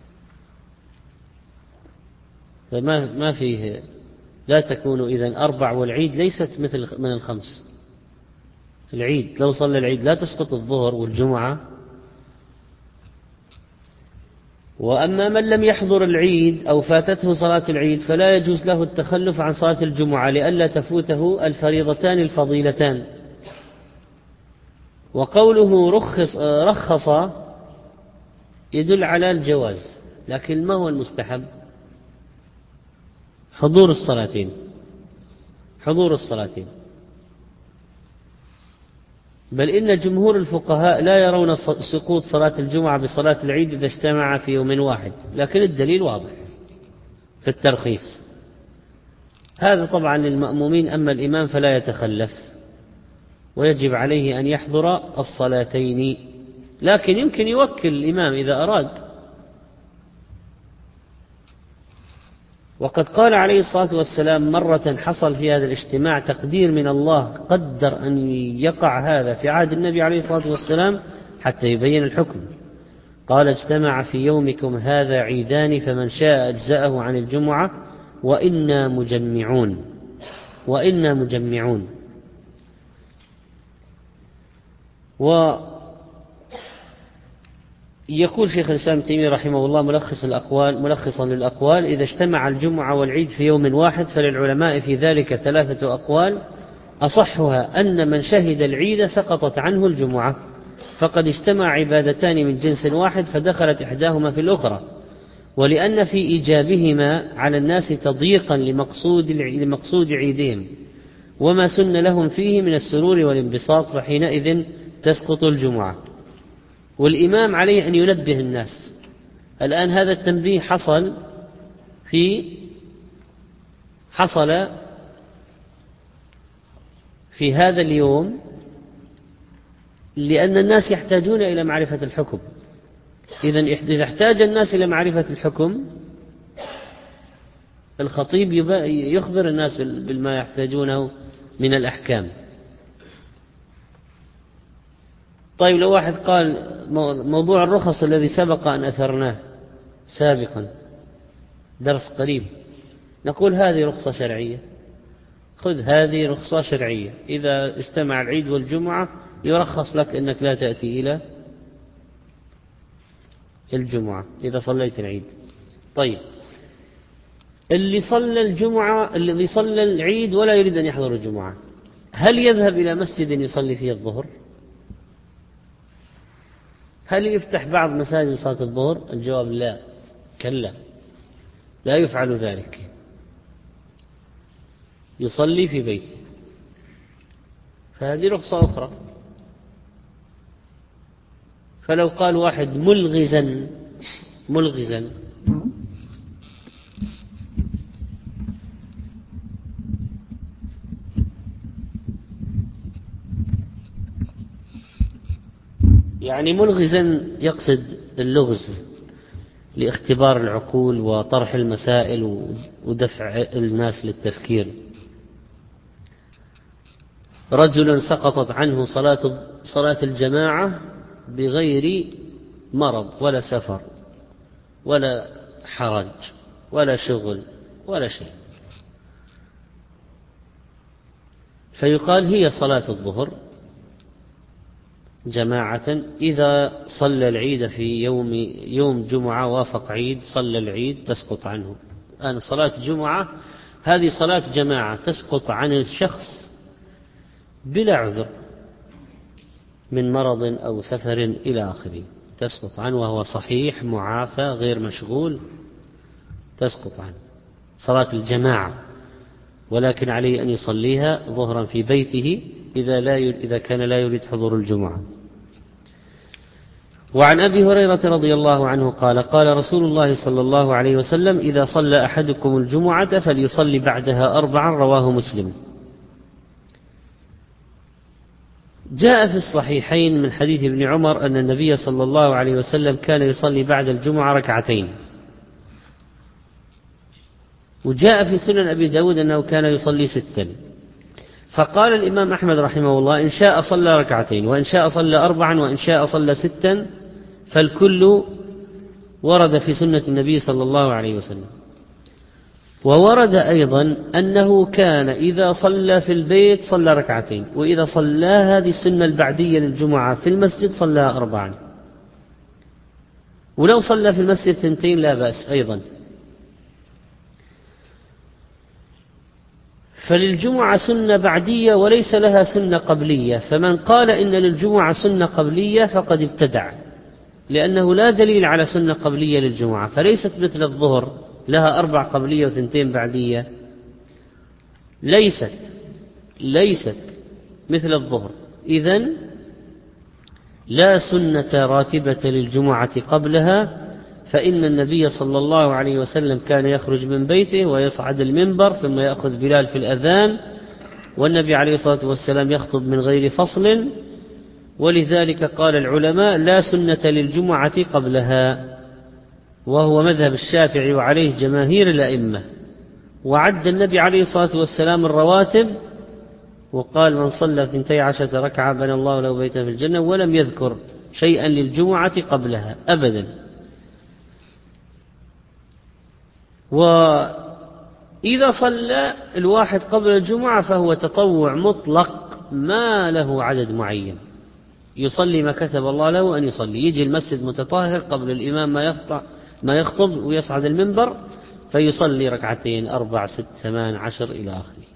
فما ما فيه، لا تكون إذن أربع، والعيد ليست مثل من الخمس. العيد لو صلى العيد لا تسقط الظهر والجمعة. وأما من لم يحضر العيد أو فاتته صلاة العيد فلا يجوز له التخلف عن صلاة الجمعة لئلا تفوته الفريضتان الفضيلتان. وقوله رخص, رخص يدل على الجواز، لكن ما هو المستحب؟ حضور الصلاتين حضور الصلاتين بل إن جمهور الفقهاء لا يرون سقوط صلاة الجمعة بصلاة العيد إذا اجتمع في يوم واحد، لكن الدليل واضح في الترخيص. هذا طبعا للمأمومين، أما الإمام فلا يتخلف ويجب عليه أن يحضر الصلاتين، لكن يمكن يوكل الإمام إذا أراد. وقد قال عليه الصلاة والسلام مرة حصل في هذا الاجتماع تقدير من الله، قدر أن يقع هذا في عهد النبي عليه الصلاة والسلام حتى يبين الحكم. قال اجتمع في يومكم هذا عيدان فمن شاء أجزأه عن الجمعة وإنا مجمعون وإنا مجمعون. ويقول شيخ الإسلام ابن تيمية رحمه الله ملخص الأقوال ملخصا للأقوال: إذا اجتمع الجمعة والعيد في يوم واحد فللعلماء في ذلك ثلاثة أقوال، أصحها أن من شهد العيد سقطت عنه الجمعة، فقد اجتمع عبادتان من جنس واحد فدخلت إحداهما في الأخرى، ولأن في إيجابهما على الناس تضييقا لمقصود لمقصود عيدهم وما سن لهم فيه من السرور والانبساط، فحينئذ تسقط الجمعة. والإمام عليه أن ينبه الناس. الآن هذا التنبيه حصل في حصل في هذا اليوم لأن الناس يحتاجون إلى معرفة الحكم. إذن إذا احتاج الناس إلى معرفة الحكم الخطيب يخبر الناس بما يحتاجونه من الأحكام. طيب لو واحد قال موضوع الرخص الذي سبق أن أثرناه سابقا درس قريب، نقول هذه رخصة شرعية، خذ هذه رخصة شرعية، إذا اجتمع العيد والجمعة يرخص لك أنك لا تأتي إلى الجمعة إذا صليت العيد. طيب، اللي صلى الجمعة، الذي صلى العيد ولا يريد أن يحضر الجمعة، هل يذهب إلى مسجد يصلي فيه الظهر؟ هل يفتح بعض مساجد صلاة الظهر؟ الجواب لا، كلا، لا يفعل ذلك، يصلي في بيته، فهذه رخصة أخرى. فلو قال واحد ملغزا ملغزا يعني ملغزا يقصد اللغز لاختبار العقول وطرح المسائل ودفع الناس للتفكير. رجل سقطت عنه صلاة صلاة الجماعة بغير مرض ولا سفر ولا حرج ولا شغل ولا شيء، فيقال هي صلاة الظهر جماعة. إذا صلى العيد في يوم يوم جمعة وافق عيد صلى العيد تسقط عنه. أنا صلاة الجمعة هذه صلاة جماعة تسقط عن الشخص بلا عذر من مرض أو سفر إلى آخره، تسقط عنه وهو صحيح معافى غير مشغول، تسقط عنه صلاة الجماعة، ولكن عليه أن يصليها ظهرا في بيته إذا, لا إذا كان لا يريد حضور الجمعة. وعن أبي هريرة رضي الله عنه قال قال رسول الله صلى الله عليه وسلم إذا صلى أحدكم الجمعة فليصلي بعدها أربعا، رواه مسلم. جاء في الصحيحين من حديث ابن عمر أن النبي صلى الله عليه وسلم كان يصلي بعد الجمعة ركعتين، وجاء في سنن أبي داود أنه كان يصلي ستا. فقال الإمام أحمد رحمه الله إن شاء صلى ركعتين، وإن شاء صلى أربعا، وإن شاء صلى ستا، فالكل ورد في سنة النبي صلى الله عليه وسلم. وورد أيضا أنه كان إذا صلى في البيت صلى ركعتين، وإذا صلى هذه السنة البعدية للجمعة في المسجد صلى أربعا، ولو صلى في المسجد ثنتين لا بأس أيضا. فللجمعة سنة بعدية وليس لها سنة قبلية، فمن قال إن للجمعة سنة قبلية فقد ابتدع، لأنه لا دليل على سنة قبلية للجمعة، فليست مثل الظهر لها أربع قبلية وثنتين بعدية، ليست ليست مثل الظهر. إذن لا سنة راتبة للجمعة قبلها، فإن النبي صلى الله عليه وسلم كان يخرج من بيته ويصعد المنبر ثم يأخذ بلال في الأذان، والنبي عليه الصلاة والسلام يخطب من غير فصل، ولذلك قال العلماء لا سنة للجمعة قبلها، وهو مذهب الشافعي وعليه جماهير الأئمة. وعد النبي عليه الصلاة والسلام الرواتب وقال من صلى ثنتي عشرة ركعة بنى الله له بيتا في الجنة، ولم يذكر شيئا للجمعة قبلها أبدا. وإذا صلى الواحد قبل الجمعة فهو تطوع مطلق ما له عدد معين، يصلي ما كتب الله له أن يصلي، يجي المسجد متطهر قبل الإمام ما يخطأ ما يخطب ويصعد المنبر فيصلي ركعتين أربع ست ثمان عشر إلى آخره.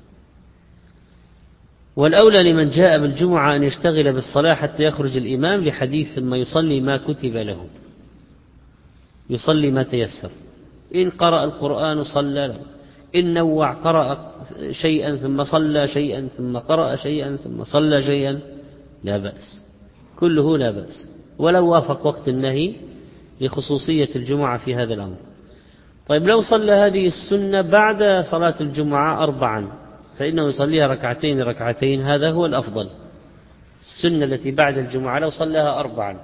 والأولى لمن جاء بالجمعة أن يشتغل بالصلاة حتى يخرج الإمام، لحديث ثم يصلي ما كتب له، يصلي ما تيسر، إن قرأ القرآن صلى له، إن نوع قرأ شيئا ثم صلى شيئا ثم قرأ شيئا ثم صلى شيئا لا بأس، كله لا بأس، ولو وافق وقت النهي لخصوصية الجمعة في هذا الأمر. طيب لو صلى هذه السنة بعد صلاة الجمعة أربعا فإنه يصليها ركعتين ركعتين، هذا هو الأفضل. السنة التي بعد الجمعة لو صلىها أربعا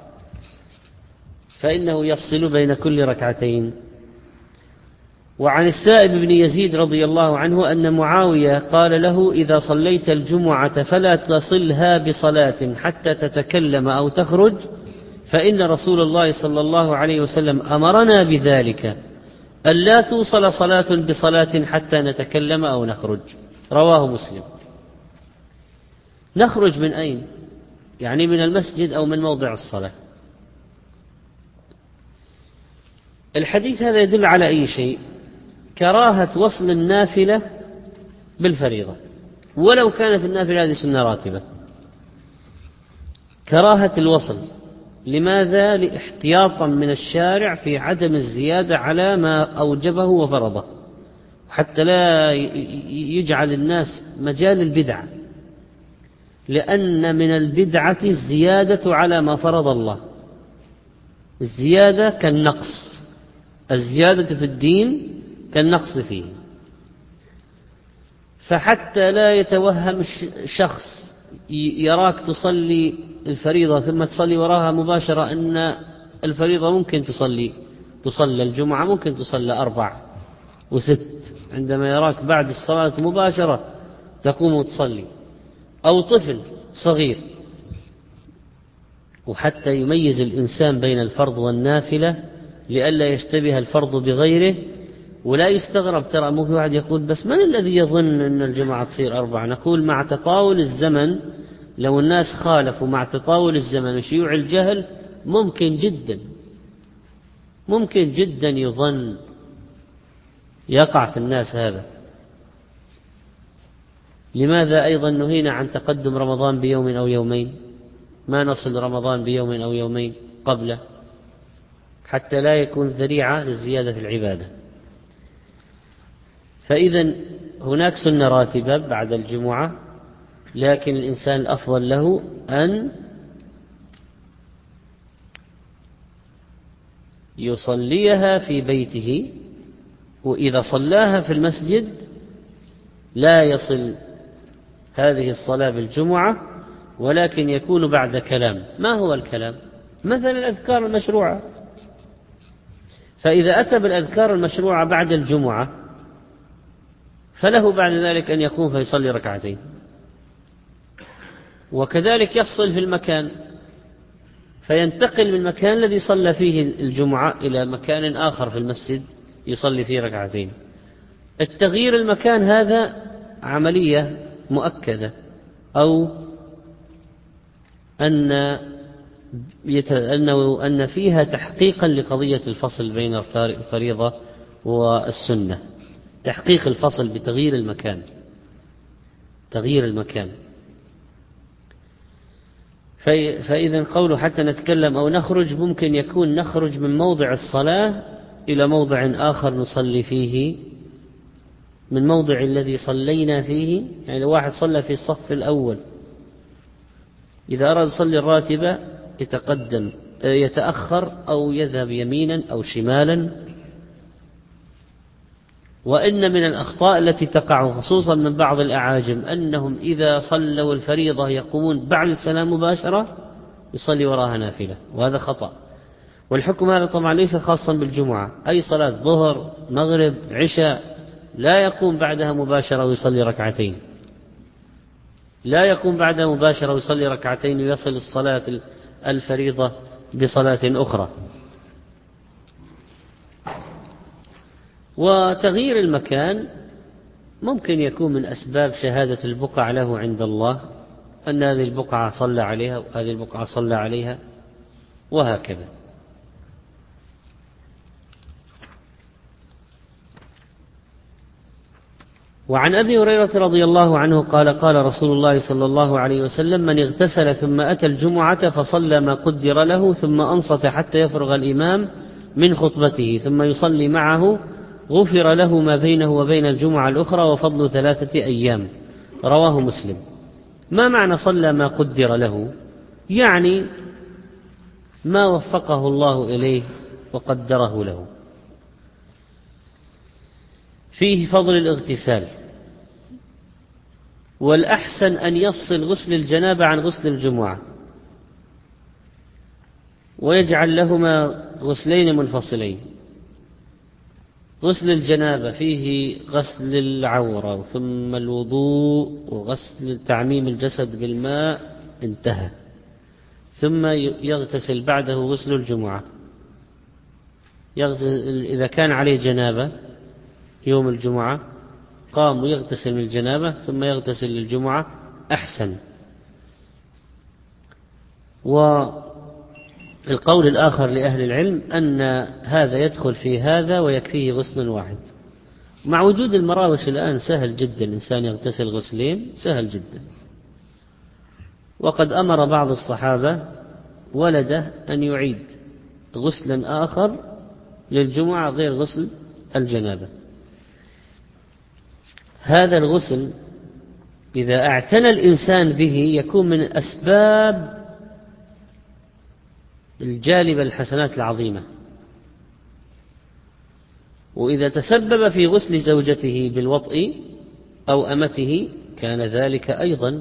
فإنه يفصل بين كل ركعتين. وعن السائب بن يزيد رضي الله عنه أن معاوية قال له إذا صليت الجمعة فلا تصلها بصلاة حتى تتكلم أو تخرج، فإن رسول الله صلى الله عليه وسلم أمرنا بذلك، ألا توصل صلاة بصلاة حتى نتكلم أو نخرج. رواه مسلم. نخرج من أين؟ يعني من المسجد أو من موضع الصلاة. الحديث هذا يدل على أي شيء؟ كراهة وصل النافلة بالفريضة ولو كانت النافلة هذه سنة راتبة، كراهة الوصل. لماذا؟ لاحتياطا من الشارع في عدم الزيادة على ما أوجبه وفرضه، حتى لا يجعل الناس مجال البدع، لأن من البدعة الزيادة على ما فرض الله. الزيادة كالنقص، الزيادة في الدين كالنقص فيه. فحتى لا يتوهم شخص يراك تصلي الفريضة ثم تصلي وراها مباشرة أن الفريضة ممكن تصلي تصلى الجمعة ممكن تصلى أربع وست، عندما يراك بعد الصلاة مباشرة تقوم وتصلي، أو طفل صغير. وحتى يميز الإنسان بين الفرض والنافلة لئلا يشتبه الفرض بغيره، ولا يستغرب. ترى مو في واحد يقول بس من الذي يظن أن الجمعة تصير أربعة؟ نقول مع تطاول الزمن، لو الناس خالفوا مع تطاول الزمن وشيوع الجهل ممكن جدا ممكن جدا يظن يقع في الناس هذا. لماذا أيضا نهينا عن تقدم رمضان بيوم أو يومين؟ ما نصل رمضان بيوم أو يومين قبله حتى لا يكون ذريعة للزيادة في العبادة. فإذا هناك سنة راتبة بعد الجمعة، لكن الإنسان الأفضل له أن يصليها في بيته، وإذا صلاها في المسجد لا يصل هذه الصلاة بالجمعة، ولكن يكون بعد كلام. ما هو الكلام؟ مثلا الأذكار المشروعة. فإذا أتى بالأذكار المشروعة بعد الجمعة فله بعد ذلك أن يقوم فيصلي ركعتين. وكذلك يفصل في المكان، فينتقل من المكان الذي صلى فيه الجمعة إلى مكان آخر في المسجد يصلي فيه ركعتين. التغيير المكان هذا عملية مؤكدة، أو أن أنه أن فيها تحقيقا لقضية الفصل بين الفريضة والسنة، تحقيق الفصل بتغيير المكان، تغيير المكان. فإذا قوله حتى نتكلم أو نخرج، ممكن يكون نخرج من موضع الصلاة إلى موضع آخر نصلي فيه من موضع الذي صلينا فيه. يعني لو واحد صلى في الصف الأول، إذا أراد يصلي الراتبة يتقدم يتأخر أو يذهب يمينا أو شمالا. وإن من الأخطاء التي تقع خصوصا من بعض الأعاجم أنهم إذا صلوا الفريضة يقومون بعد السلام مباشرة يصلي وراها نافلة، وهذا خطأ. والحكم هذا طبعا ليس خاصا بالجمعة، أي صلاة ظهر مغرب عشاء لا يقوم بعدها مباشرة ويصلي ركعتين، لا يقوم بعدها مباشرة ويصلي ركعتين ويصل الصلاة الفريضة بصلاة أخرى. وتغيير المكان ممكن يكون من أسباب شهادة البقعة له عند الله، أن هذه البقعة صلى عليها وهذه البقعة صلى عليها، وهكذا. وعن أبي هريرة رضي الله عنه قال قال رسول الله صلى الله عليه وسلم: من اغتسل ثم أتى الجمعة فصلى ما قدر له ثم أنصت حتى يفرغ الإمام من خطبته ثم يصلي معه غفر له ما بينه وبين الجمعة الأخرى وفضل ثلاثة أيام. رواه مسلم. ما معنى صلى ما قدر له؟ يعني ما وفقه الله إليه وقدره له. فيه فضل الاغتسال، والأحسن أن يفصل غسل الجنابة عن غسل الجمعة ويجعل لهما غسلين منفصلين. غسل الجنابة فيه غسل العورة ثم الوضوء وغسل تعميم الجسد بالماء انتهى، ثم يغتسل بعده غسل الجمعة. يغسل إذا كان عليه جنابة يوم الجمعة قام ويغتسل من الجنابة ثم يغتسل للجمعة أحسن. القول الآخر لأهل العلم أن هذا يدخل في هذا ويكفيه غسل واحد. مع وجود المراوش الآن سهل جدا الإنسان يغتسل غسلين، سهل جدا. وقد أمر بعض الصحابة ولده أن يعيد غسلا آخر للجمعة غير غسل الجنابة. هذا الغسل إذا اعتنى الإنسان به يكون من أسباب الجالبة الحسنات العظيمة. وإذا تسبب في غسل زوجته بالوطء أو أمته كان ذلك أيضا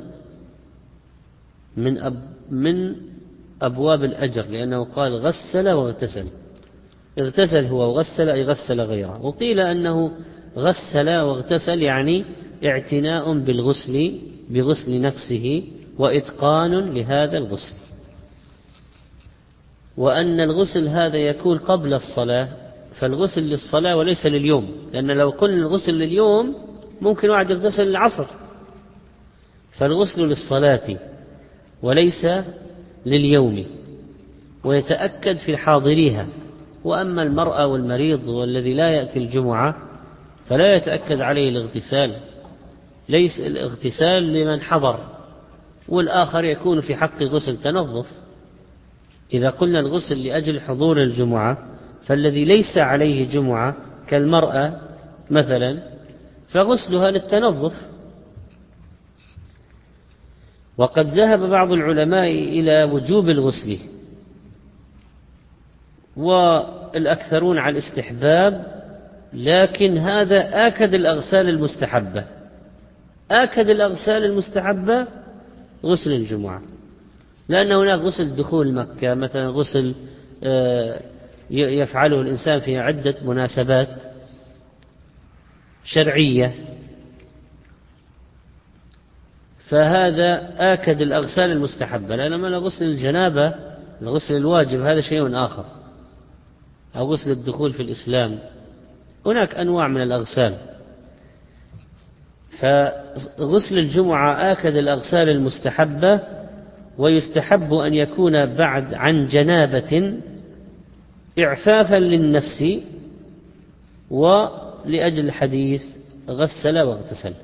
من أب من أبواب الأجر، لأنه قال غسل واغتسل. اغتسل هو وغسل أي غسل غيره. وقيل أنه غسل واغتسل يعني اعتناء بالغسل بغسل نفسه وإتقان لهذا الغسل، وأن الغسل هذا يكون قبل الصلاة، فالغسل للصلاة وليس لليوم، لأن لو قلنا الغسل لليوم ممكن واحد يغتسل العصر، فالغسل للصلاة وليس لليوم، ويتأكد في حاضريها. وأما المرأة والمريض والذي لا يأتي الجمعة فلا يتأكد عليه الاغتسال، ليس الاغتسال لمن حضر، والآخر يكون في حق غسل تنظف. إذا قلنا الغسل لأجل حضور الجمعة فالذي ليس عليه جمعة كالمرأة مثلا فغسلها للتنظف. وقد ذهب بعض العلماء إلى وجوب الغسل، والأكثرون على الاستحباب، لكن هذا آكد الأغسال المستحبة. آكد الأغسال المستحبة غسل الجمعة، لأن هناك غسل دخول مكة مثلا، غسل يفعله الإنسان في عدة مناسبات شرعية، فهذا آكد الأغسال المستحبة. لأنما غسل الجنابة الغسل الواجب هذا شيء آخر، أو غسل الدخول في الإسلام، هناك أنواع من الأغسال. فغسل الجمعة آكد الأغسال المستحبة، ويستحب أن يكون بعد عن جنابة إعفافا للنفس ولأجل الحديث غسل واغتسل.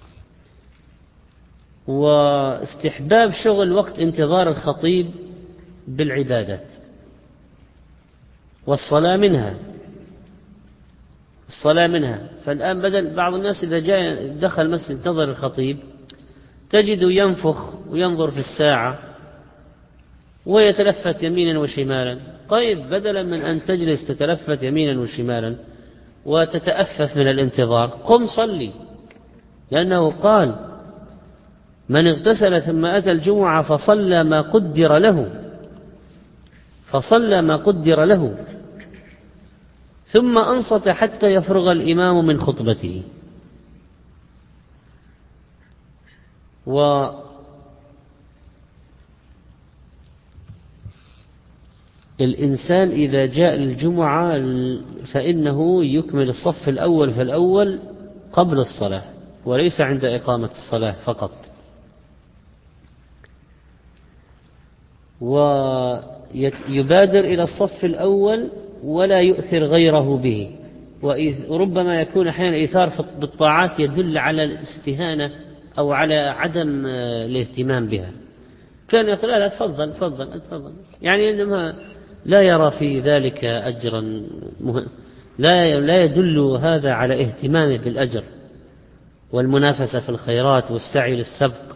واستحباب شغل وقت انتظار الخطيب بالعبادات والصلاة منها الصلاة منها فالآن بدل بعض الناس إذا جاء دخل مسجد انتظر الخطيب تجد ينفخ وينظر في الساعة ويتلفت يمينا وشمالا. طيب بدلا من أن تجلس تتلفت يمينا وشمالا وتتأفف من الانتظار قم صلي، لأنه قال من اغتسل ثم أتى الجمعة فصلى ما قدر له فصلى ما قدر له ثم أنصت حتى يفرغ الإمام من خطبته. والإنسان إذا جاء الجمعة فإنه يكمل الصف الأول فالأول قبل الصلاة وليس عند إقامة الصلاة فقط، ويبادر إلى الصف الأول ولا يؤثر غيره به. وربما يكون أحيانا إيثار بالطاعات يدل على الاستهانة أو على عدم الاهتمام بها، كان يقول لا تفضل تفضل تفضل، يعني إنما لا يرى في ذلك أجرا مهم، لا لا يدل هذا على اهتمامه بالأجر والمنافسة في الخيرات والسعي للسبق.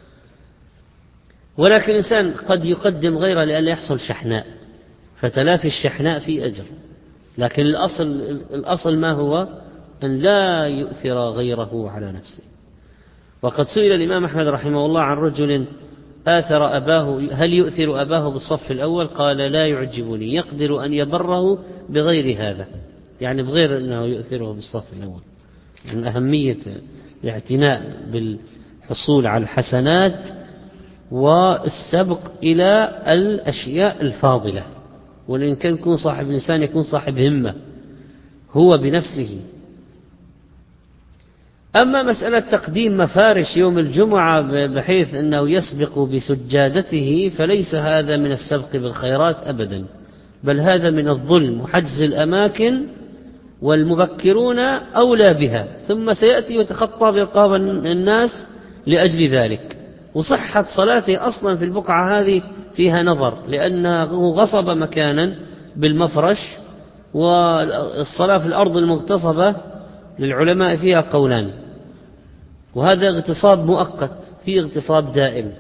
ولكن الإنسان قد يقدم غيره لأن يحصل شحناء، فتلافي الشحناء في أجر، لكن الأصل الأصل ما هو أن لا يؤثر غيره على نفسه. وقد سئل الإمام أحمد رحمه الله عن رجل آثر أباه، هل يؤثر أباه بالصف الأول؟ قال لا يعجبني، يقدر أن يبره بغير هذا، يعني بغير أنه يؤثره بالصف الأول. من أهمية الاعتناء بالحصول على الحسنات والسبق إلى الأشياء الفاضلة. وإن كان يكون صاحب الإنسان يكون صاحب همة هو بنفسه، أما مسألة تقديم مفارش يوم الجمعة بحيث أنه يسبق بسجادته فليس هذا من السبق بالخيرات أبدا، بل هذا من الظلم وحجز الأماكن، والمبكرون أولى بها، ثم سيأتي ويتخطى برقاب الناس لأجل ذلك. وصحة صلاته أصلا في البقعة هذه فيها نظر، لأنه غصب مكانا بالمفرش، والصلاة في الأرض المغتصبة للعلماء فيها قولان، وهذا اغتصاب مؤقت، في اغتصاب دائم.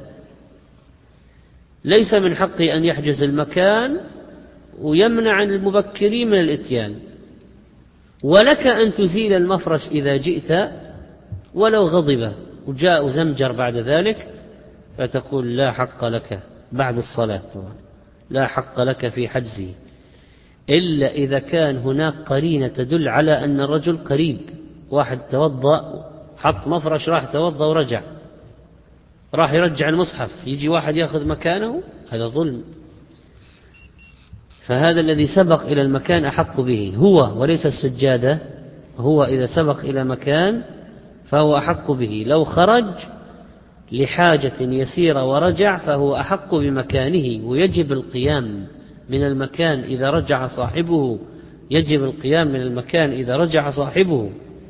ليس من حقه أن يحجز المكان ويمنع عن المبكرين من الإتيان، ولك أن تزيل المفرش إذا جئت ولو غضب وجاء زمجر بعد ذلك، فتقول لا حق لك بعد الصلاة، لا حق لك في حجزه، إلا إذا كان هناك قرينة تدل على أن الرجل قريب، واحد توضأ حط مفرش راح توضأ ورجع، راح يرجع المصحف، يجي واحد يأخذ مكانه، هذا ظلم. فهذا الذي سبق إلى المكان أحق به هو وليس السجادة، هو إذا سبق إلى مكان فهو أحق به. لو خرج لحاجة يسيرة ورجع فهو أحق بمكانه، ويجب القيام من المكان إذا رجع صاحبه، يجب القيام من المكان إذا رجع صاحبه.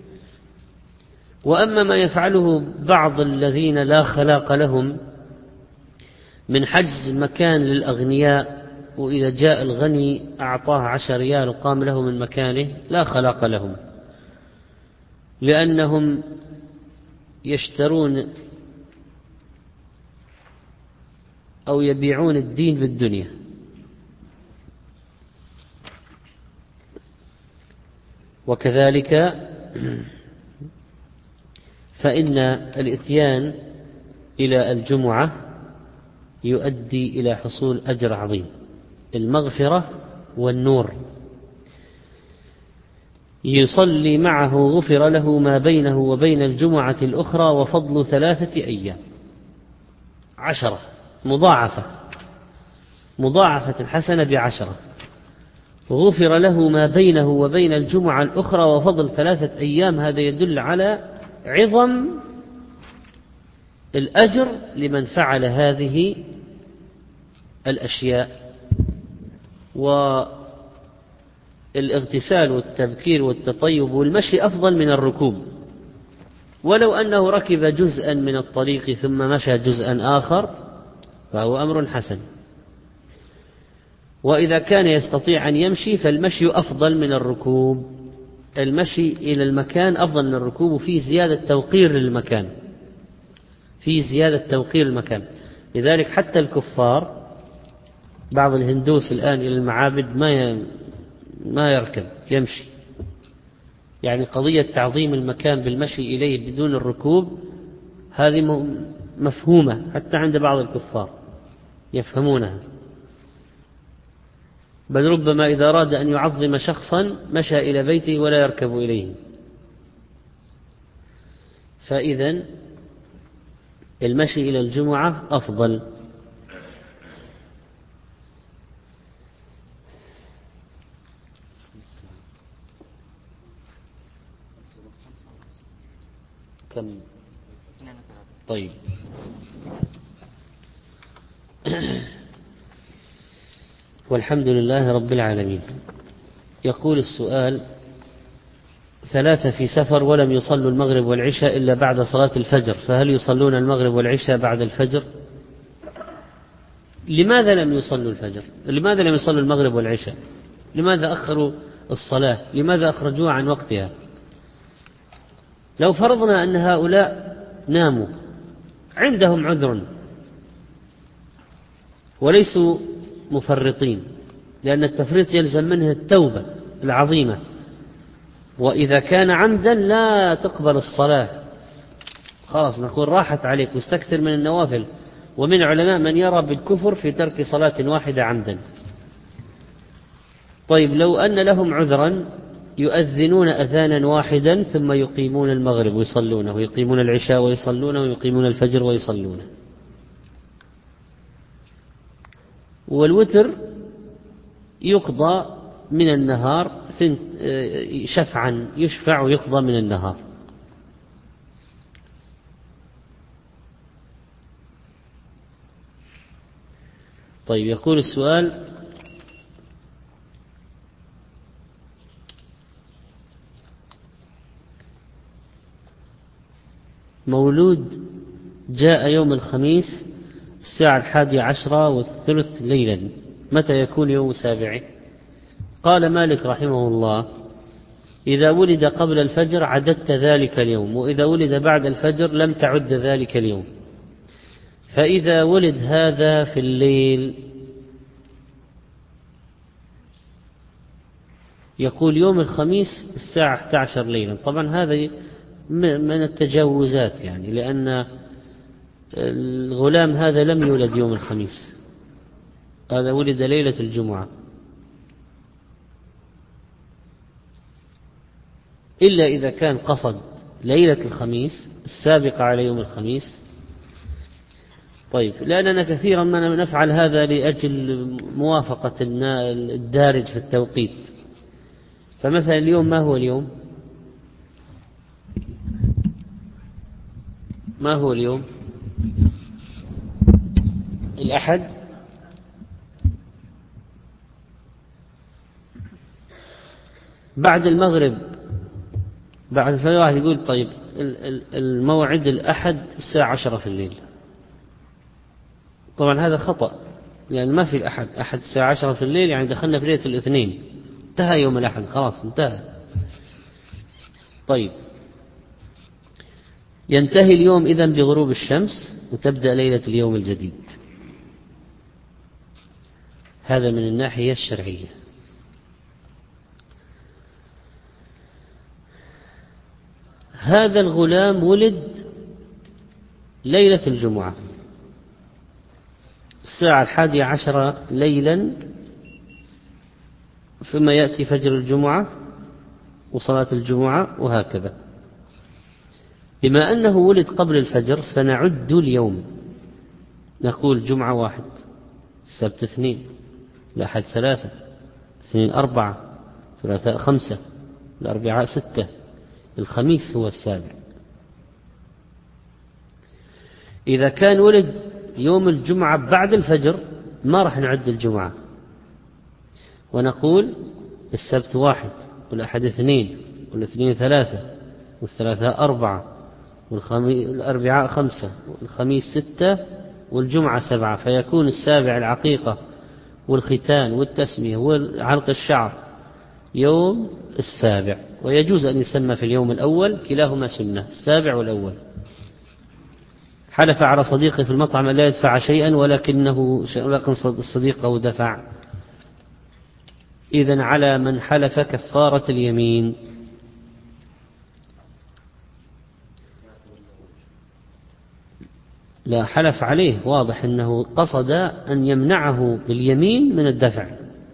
وأما ما يفعله بعض الذين لا خلاق لهم من حجز مكان للأغنياء، وإذا جاء الغني أعطاه عشر ريال وقام له من مكانه، لا خلاق لهم، لأنهم يشترون أو يبيعون الدين بالدنيا. وكذلك فإن الإتيان إلى الجمعة يؤدي إلى حصول أجر عظيم، المغفرة والنور. يصلي معه غفر له ما بينه وبين الجمعة الأخرى وفضل ثلاثة أيام، عشرة مضاعفة، مضاعفة الحسنة بعشرة. غفر له ما بينه وبين الجمعة الأخرى وفضل ثلاثة أيام، هذا يدل على عظم الأجر لمن فعل هذه الأشياء. والاغتسال والتبكير والتطيب والمشي أفضل من الركوب، ولو أنه ركب جزءا من الطريق ثم مشى جزءا آخر فهو أمر حسن. وإذا كان يستطيع أن يمشي فالمشي أفضل من الركوب، المشي إلى المكان أفضل من الركوب، وفيه زيادة توقير للمكان، فيه زيادة توقير المكان. لذلك حتى الكفار بعض الهندوس الآن إلى المعابد ما ما يركب، يمشي. يعني قضية تعظيم المكان بالمشي إليه بدون الركوب هذه مفهومة حتى عند بعض الكفار يفهمونها، بل ربما إذا أراد أن يعظم شخصا مشى إلى بيته ولا يركب إليه. فإذن المشي إلى الجمعة أفضل. كم؟ طيب. والحمد لله رب العالمين. يقول السؤال: ثلاثة في سفر ولم يصلوا المغرب والعشاء إلا بعد صلاة الفجر، فهل يصلون المغرب والعشاء بعد الفجر؟ لماذا لم يصلوا الفجر؟ لماذا لم يصلوا المغرب والعشاء؟ لماذا أخروا الصلاة؟ لماذا أخرجوها عن وقتها؟ لو فرضنا أن هؤلاء ناموا عندهم عذر وليسوا مفرطين، لأن التفريط يلزم منه التوبة العظيمة، وإذا كان عمدا لا تقبل الصلاة، خلاص نقول راحت عليك واستكثر من النوافل. ومن العلماء من يرى بالكفر في ترك صلاة واحدة عمدا. طيب لو أن لهم عذرا يؤذنون أذانا واحدا ثم يقيمون المغرب ويصلونه، ويقيمون العشاء ويصلونه، ويقيمون الفجر ويصلونه. والوتر يقضى من النهار شفعا، يشفع ويقضى من النهار. طيب، يقول السؤال: مولود جاء يوم الخميس الساعة الحادية عشرة والثلث ليلا، متى يكون يوم سابعه؟ قال مالك رحمه الله: إذا ولد قبل الفجر عددت ذلك اليوم، وإذا ولد بعد الفجر لم تعد ذلك اليوم. فإذا ولد هذا في الليل يقول يوم الخميس الساعة إحدى عشرة ليلا. طبعا هذا من التجاوزات، يعني لأن الغلام هذا لم يولد يوم الخميس، هذا ولد ليلة الجمعة، إلا إذا كان قصد ليلة الخميس السابقة على يوم الخميس. طيب، لأننا كثيرا ما نفعل هذا لأجل موافقة الدارج في التوقيت. فمثلا اليوم ما هو اليوم؟ ما هو اليوم؟ الأحد. بعد المغرب، بعد الفجر واحد يقول طيب الموعد الأحد الساعة عشرة في الليل. طبعا هذا خطأ، يعني ما في الأحد، أحد الساعة عشرة في الليل يعني دخلنا في ليلة الاثنين، انتهى يوم الأحد، خلاص انتهى. طيب، ينتهي اليوم إذن بغروب الشمس وتبدأ ليلة اليوم الجديد. هذا من الناحية الشرعية. هذا الغلام ولد ليلة الجمعة الساعة الحادية عشرة ليلا، ثم يأتي فجر الجمعة وصلاة الجمعة وهكذا. بما أنه ولد قبل الفجر سنعد اليوم، نقول جمعة واحد، السبت اثنين، الأحد ثلاثة، اثنين أربعة، ثلاثاء خمسة، الأربعاء ستة، الخميس هو السابع. إذا كان ولد يوم الجمعة بعد الفجر ما راح نعد الجمعة، ونقول السبت واحد، والأحد اثنين، والاثنين ثلاثة، والثلاثاء أربعة، والأربعاء خمسة، والخميس ستة، والجمعة سبعة. فيكون السابع العقيقة والختان والتسمية وعلق الشعر يوم السابع. ويجوز أن يسمى في اليوم الأول، كلاهما سنة، السابع والأول. حلف على صديقه في المطعم لا يدفع شيئا ولكنه لكن صديقه دفع، إذن على من حلف كفارة اليمين. لا، حلف عليه، واضح أنه قصد أن يمنعه باليمين من الدفع.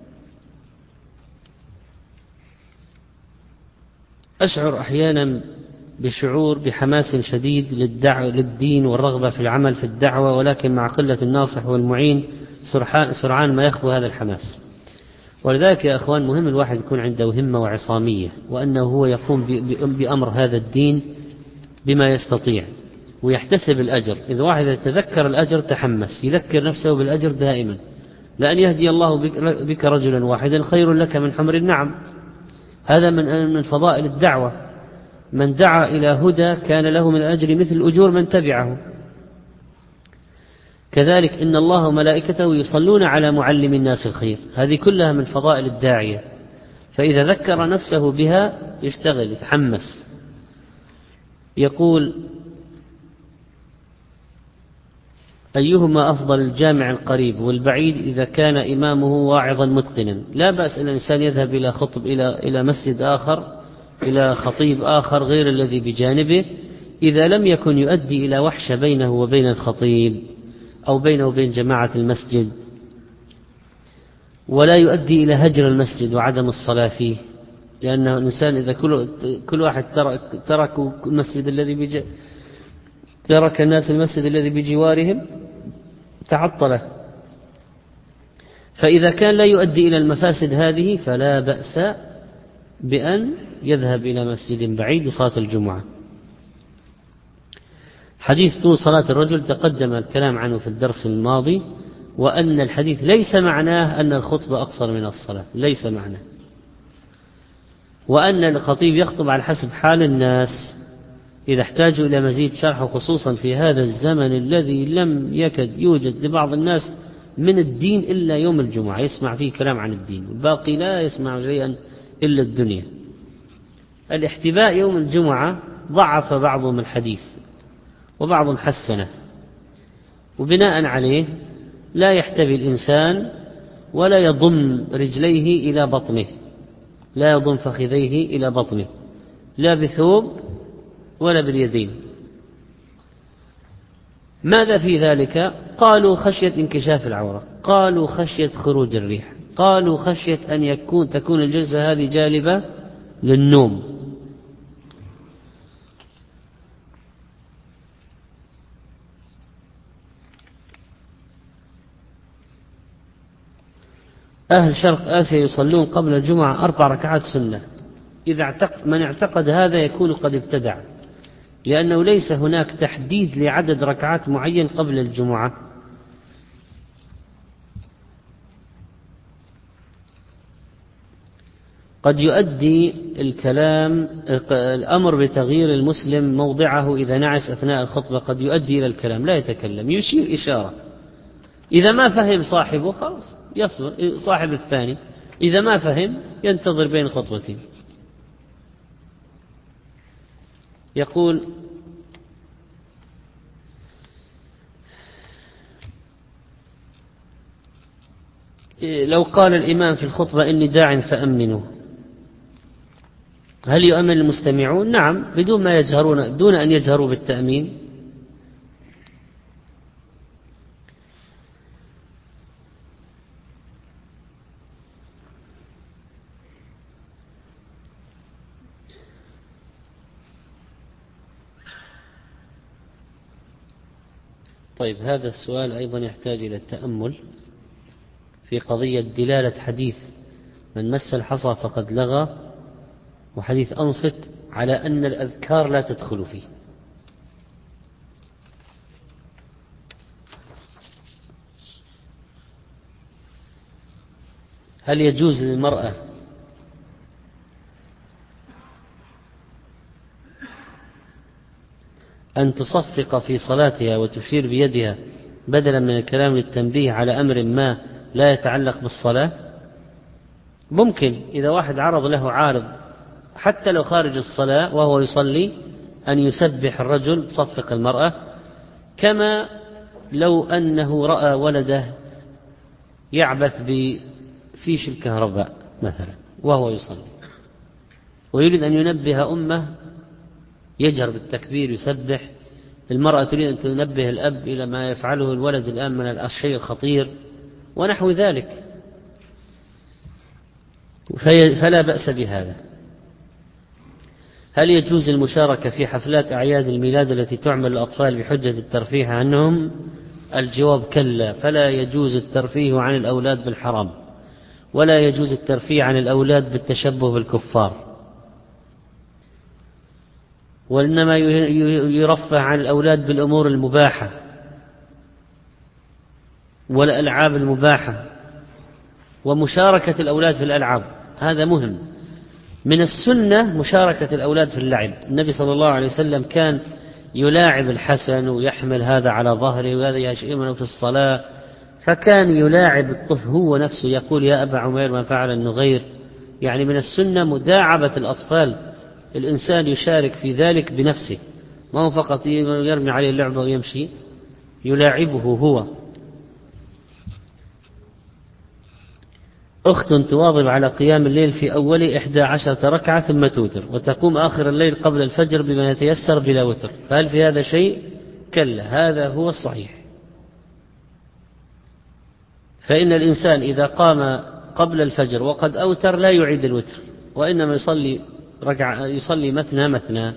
أشعر أحيانا بشعور بحماس شديد للدين والرغبة في العمل في الدعوة، ولكن مع قلة الناصح والمعين سرعان ما يخبو هذا الحماس. ولذلك يا أخوان مهم الواحد يكون عنده همة وعصامية، وأنه هو يقوم بأمر هذا الدين بما يستطيع ويحتسب الأجر. إذا واحد يتذكر الأجر تحمس، يذكر نفسه بالأجر دائما. لأن يهدي الله بك رجلا واحدا خير لك من حمر النعم. هذا من من فضائل الدعوة. من دعا إلى هدى كان له من الأجر مثل أجور من تبعه. كذلك إن الله وملائكته يصلون على معلم الناس الخير. هذه كلها من فضائل الداعية. فإذا ذكر نفسه بها يشتغل، يتحمس. يقول: أيهما أفضل، الجامع القريب والبعيد إذا كان إمامه واعظا متقنا؟ لا بأس أن الإنسان يذهب إلى خطب إلى إلى مسجد آخر، إلى خطيب آخر غير الذي بجانبه، إذا لم يكن يؤدي إلى وحشة بينه وبين الخطيب أو بينه وبين جماعة المسجد، ولا يؤدي إلى هجر المسجد وعدم الصلاة فيه. لأنه الإنسان إذا كل كل واحد ترك ترك المسجد الذي بج ترك الناس المسجد الذي بجوارهم تعطله. فإذا كان لا يؤدي إلى المفاسد هذه فلا بأس بأن يذهب إلى مسجد بعيد لصلاة الجمعة. حديث طول صلاة الرجل تقدم الكلام عنه في الدرس الماضي، وأن الحديث ليس معناه أن الخطبة أقصر من الصلاة، ليس معناه، وأن الخطيب يخطب على حسب حال الناس إذا احتاجوا إلى مزيد شرح، خصوصا في هذا الزمن الذي لم يكد يوجد لبعض الناس من الدين إلا يوم الجمعة يسمع فيه كلام عن الدين، والباقي لا يسمع شيئا إلا الدنيا. الاحتباء يوم الجمعة ضعف بعضهم الحديث وبعضهم حسنه، وبناء عليه لا يحتبي الإنسان ولا يضم رجليه إلى بطنه، لا يضم فخذيه إلى بطنه، لا بثوب ولا باليدين. ماذا في ذلك؟ قالوا خشية انكشاف العورة، قالوا خشية خروج الريح، قالوا خشية أن يكون تكون الجلسة هذه جالبة للنوم. أهل شرق آسيا يصلون قبل الجمعة أربع ركعات سنة، إذا اعتقد من اعتقد هذا يكون قد ابتدع، لأنه ليس هناك تحديد لعدد ركعات معين قبل الجمعة. قد يؤدي الكلام الأمر بتغيير المسلم موضعه إذا نعس أثناء الخطبة، قد يؤدي إلى الكلام، لا يتكلم، يشير إشارة، إذا ما فهم صاحبه خلاص يصبر صاحب الثاني، إذا ما فهم ينتظر بين الخطبتين. يقول لو قال الإمام في الخطبة إني داع فأمنوا، هل يؤمن المستمعون؟ نعم، بدون ما يجهرون، دون أن يجهروا بالتأمين. طيب، هذا السؤال أيضا يحتاج إلى التأمل في قضية دلالة حديث من مس الحصى فقد لغى وحديث أنصت على أن الأذكار لا تدخل فيه. هل يجوز للمرأة أن تصفق في صلاتها وتشير بيدها بدلا من الكلام للتنبيه على أمر ما لا يتعلق بالصلاة؟ ممكن إذا واحد عرض له عارض حتى لو خارج الصلاة وهو يصلي أن يسبح الرجل تصفق المرأة، كما لو أنه رأى ولده يعبث بفيش الكهرباء مثلا وهو يصلي ويريد أن ينبه أمه يجهر بالتكبير يسبح، المرأة تريد أن تنبه الأب إلى ما يفعله الولد الآن من الشيء الخطير ونحو ذلك، فلا بأس بهذا. هل يجوز المشاركة في حفلات أعياد الميلاد التي تعمل للأطفال بحجة الترفيه عنهم؟ الجواب كلا، فلا يجوز الترفيه عن الأولاد بالحرام، ولا يجوز الترفيه عن الأولاد بالتشبه بالكفار، وإنما يرفه عن الأولاد بالأمور المباحة والألعاب المباحة ومشاركة الأولاد في الألعاب، هذا مهم. من السنة مشاركة الأولاد في اللعب، النبي صلى الله عليه وسلم كان يلاعب الحسن ويحمل هذا على ظهره وهذا يشئمه في الصلاة، فكان يلاعب الطفل هو نفسه، يقول يا أبا عمير ما فعل النغير. يعني من السنة مداعبة الأطفال، الإنسان يشارك في ذلك بنفسه، ما هو فقط يرمي عليه اللعبة ويمشي، يلاعبه هو. أخت تواظب على قيام الليل في أول إحدى عشرة ركعة ثم توتر، وتقوم آخر الليل قبل الفجر بما يتيسر بلا وتر، فهل في هذا شيء؟ كلا، هذا هو الصحيح. فإن الإنسان إذا قام قبل الفجر وقد أوتر لا يعيد الوتر، وإنما يصلي ركعة، يصلي مثنى مثنى.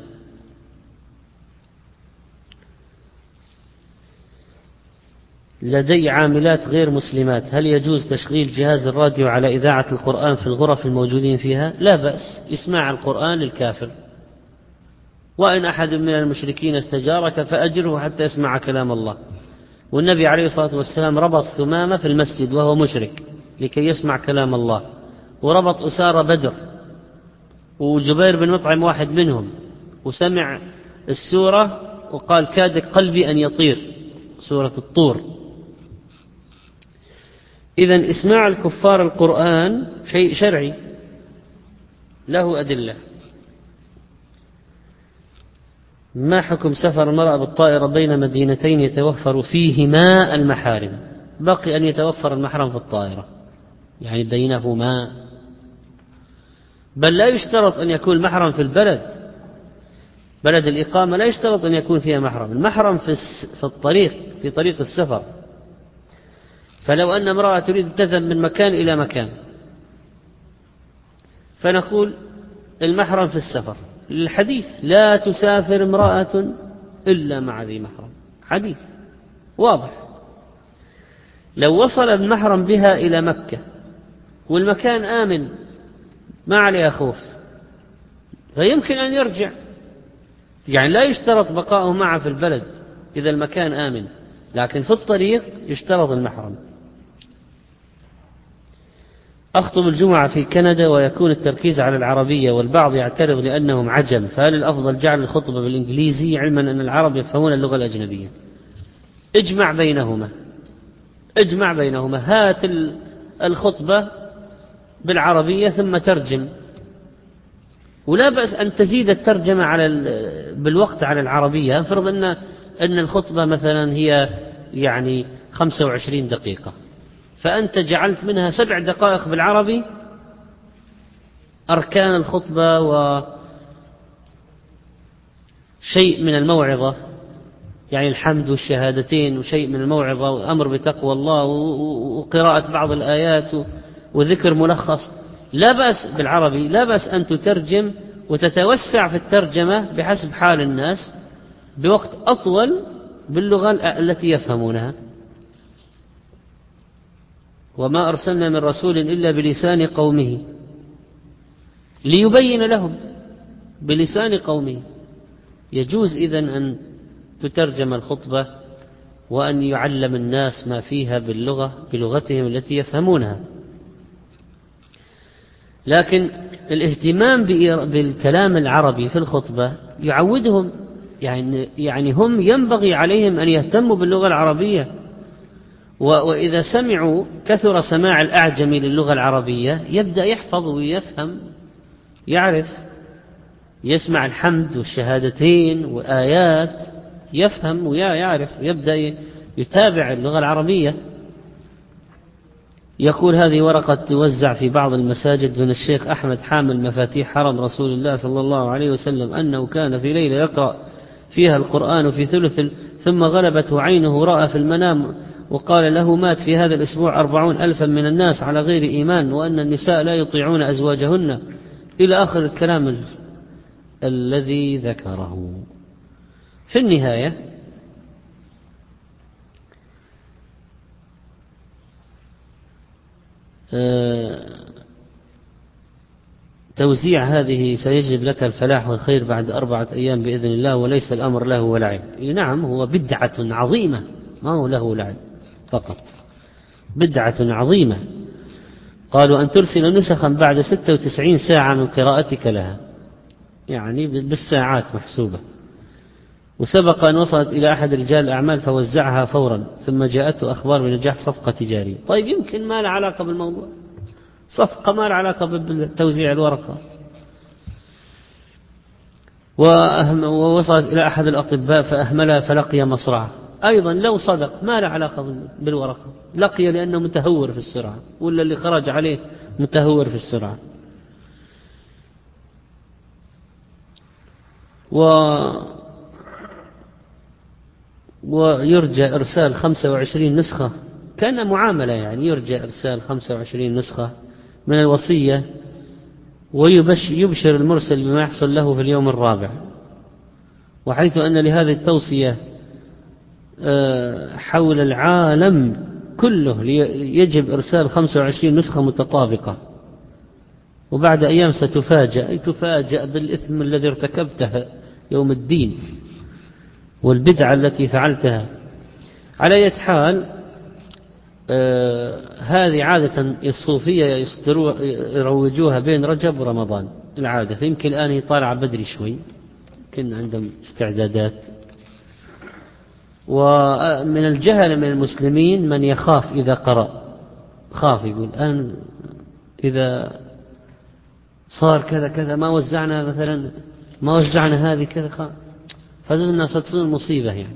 لدي عاملات غير مسلمات، هل يجوز تشغيل جهاز الراديو على إذاعة القرآن في الغرف الموجودين فيها؟ لا بأس، اسماع القرآن للكافر، وإن أحد من المشركين استجارك فأجره حتى يسمع كلام الله، والنبي عليه الصلاة والسلام ربط ثمامة في المسجد وهو مشرك لكي يسمع كلام الله، وربط أسارة بدر، وجبير بن مطعم واحد منهم، وسمع السورة وقال كاد قلبي أن يطير، سورة الطور. إذن إسماع الكفار القرآن شيء شرعي له أدلة. ما حكم سفر المرأة بالطائرة بين مدينتين يتوفر فيهما المحارم؟ بقي أن يتوفر المحرم في الطائرة، يعني بينهما، بل لا يشترط أن يكون المحرم في البلد، بلد الإقامة لا يشترط أن يكون فيها محرم، المحرم في في الطريق، في طريق السفر. فلو أن امرأة تريد أن تذهب من مكان إلى مكان فنقول المحرم في السفر، الحديث لا تسافر امرأة إلا مع ذي محرم، حديث واضح. لو وصل المحرم بها إلى مكة والمكان آمن ما عليها خوف فيمكن أن يرجع، يعني لا يشترط بقاؤه معه في البلد إذا المكان آمن، لكن في الطريق يشترط المحرم. أخطب الجمعة في كندا ويكون التركيز على العربية والبعض يعترض لأنهم عجم، فهل الأفضل جعل الخطبة بالإنجليزي علما أن العرب يفهمون اللغة الأجنبية؟ اجمع بينهما، اجمع بينهما، هات الخطبة بالعربية ثم ترجم، ولا بأس أن تزيد الترجمة على بالوقت على العربية. أفرض أن أن الخطبة مثلا هي يعني خمسة وعشرين دقيقة، فأنت جعلت منها سبع دقائق بالعربي أركان الخطبة وشيء من الموعظة، يعني الحمد والشهادتين وشيء من الموعظة وأمر بتقوى الله وقراءة بعض الآيات وذكر ملخص، لا بأس بالعربي، لا بأس أن تترجم وتتوسع في الترجمة بحسب حال الناس بوقت أطول باللغة التي يفهمونها. وما أرسلنا من رسول إلا بلسان قومه ليبين لهم، بلسان قومه. يجوز إذن أن تترجم الخطبة وأن يعلم الناس ما فيها باللغة بلغتهم التي يفهمونها، لكن الاهتمام بالكلام العربي في الخطبة يعودهم، يعني يعني هم ينبغي عليهم أن يهتموا باللغة العربية، وإذا سمعوا كثر سماع الأعجمي للغة العربية يبدأ يحفظ ويفهم، يعرف، يسمع الحمد والشهادتين وآيات يفهم ويعرف، يبدأ يتابع اللغة العربية. يقول هذه ورقة توزع في بعض المساجد من الشيخ أحمد حامل مفاتيح حرم رسول الله صلى الله عليه وسلم أنه كان في ليلة يقرأ فيها القرآن في ثلث ثم غلبته عينه، رأى في المنام وقال له مات في هذا الأسبوع أربعون ألفا من الناس على غير إيمان، وأن النساء لا يطيعون أزواجهن، إلى آخر الكلام ال... الذي ذكره. في النهاية توزيع هذه سيجلب لك الفلاح والخير بعد أربعة أيام بإذن الله، وليس الأمر له ولعب. نعم، هو بدعة عظيمة، ما هو له لعب فقط، بدعة عظيمة. قالوا أن ترسل نسخا بعد ستة وتسعين ساعة من قراءتك لها، يعني بالساعات محسوبة. وسبق أن وصلت إلى أحد رجال الأعمال فوزعها فورا، ثم جاءته أخبار بنجاح صفقة تجارية. طيب يمكن ما له علاقة بالموضوع، صفقة ما له علاقة بتوزيع الورقة. ووصلت إلى أحد الأطباء فأهملها فلقي مصرعه، أيضا لو صدق ما له علاقة بالورقة، لقي لأنه متهور في السرعة، ولا اللي خرج عليه متهور في السرعة. و ويرجى إرسال خمسة وعشرين نسخة، كان معاملة، يعني يرجى إرسال خمسة وعشرين نسخة من الوصية، ويبشر المرسل بما يحصل له في اليوم الرابع. وحيث أن لهذه التوصية حول العالم كله يجب إرسال خمسة وعشرين نسخة متطابقة، وبعد أيام ستفاجأ، أي تفاجأ بالإثم الذي ارتكبته يوم الدين والبدعة التي فعلتها. على أي حال آه هذه عادة الصوفية يروجوها بين رجب ورمضان العادة، فيمكن الآن هي طالعة بدري شوي، يمكن عندهم استعدادات. ومن الجهل من المسلمين من يخاف إذا قرأ، خاف يقول الآن إذا صار كذا كذا ما وزعنا مثلا ما وزعنا هذه كذا خاف، فزلنا ستصير مصيبة يعني.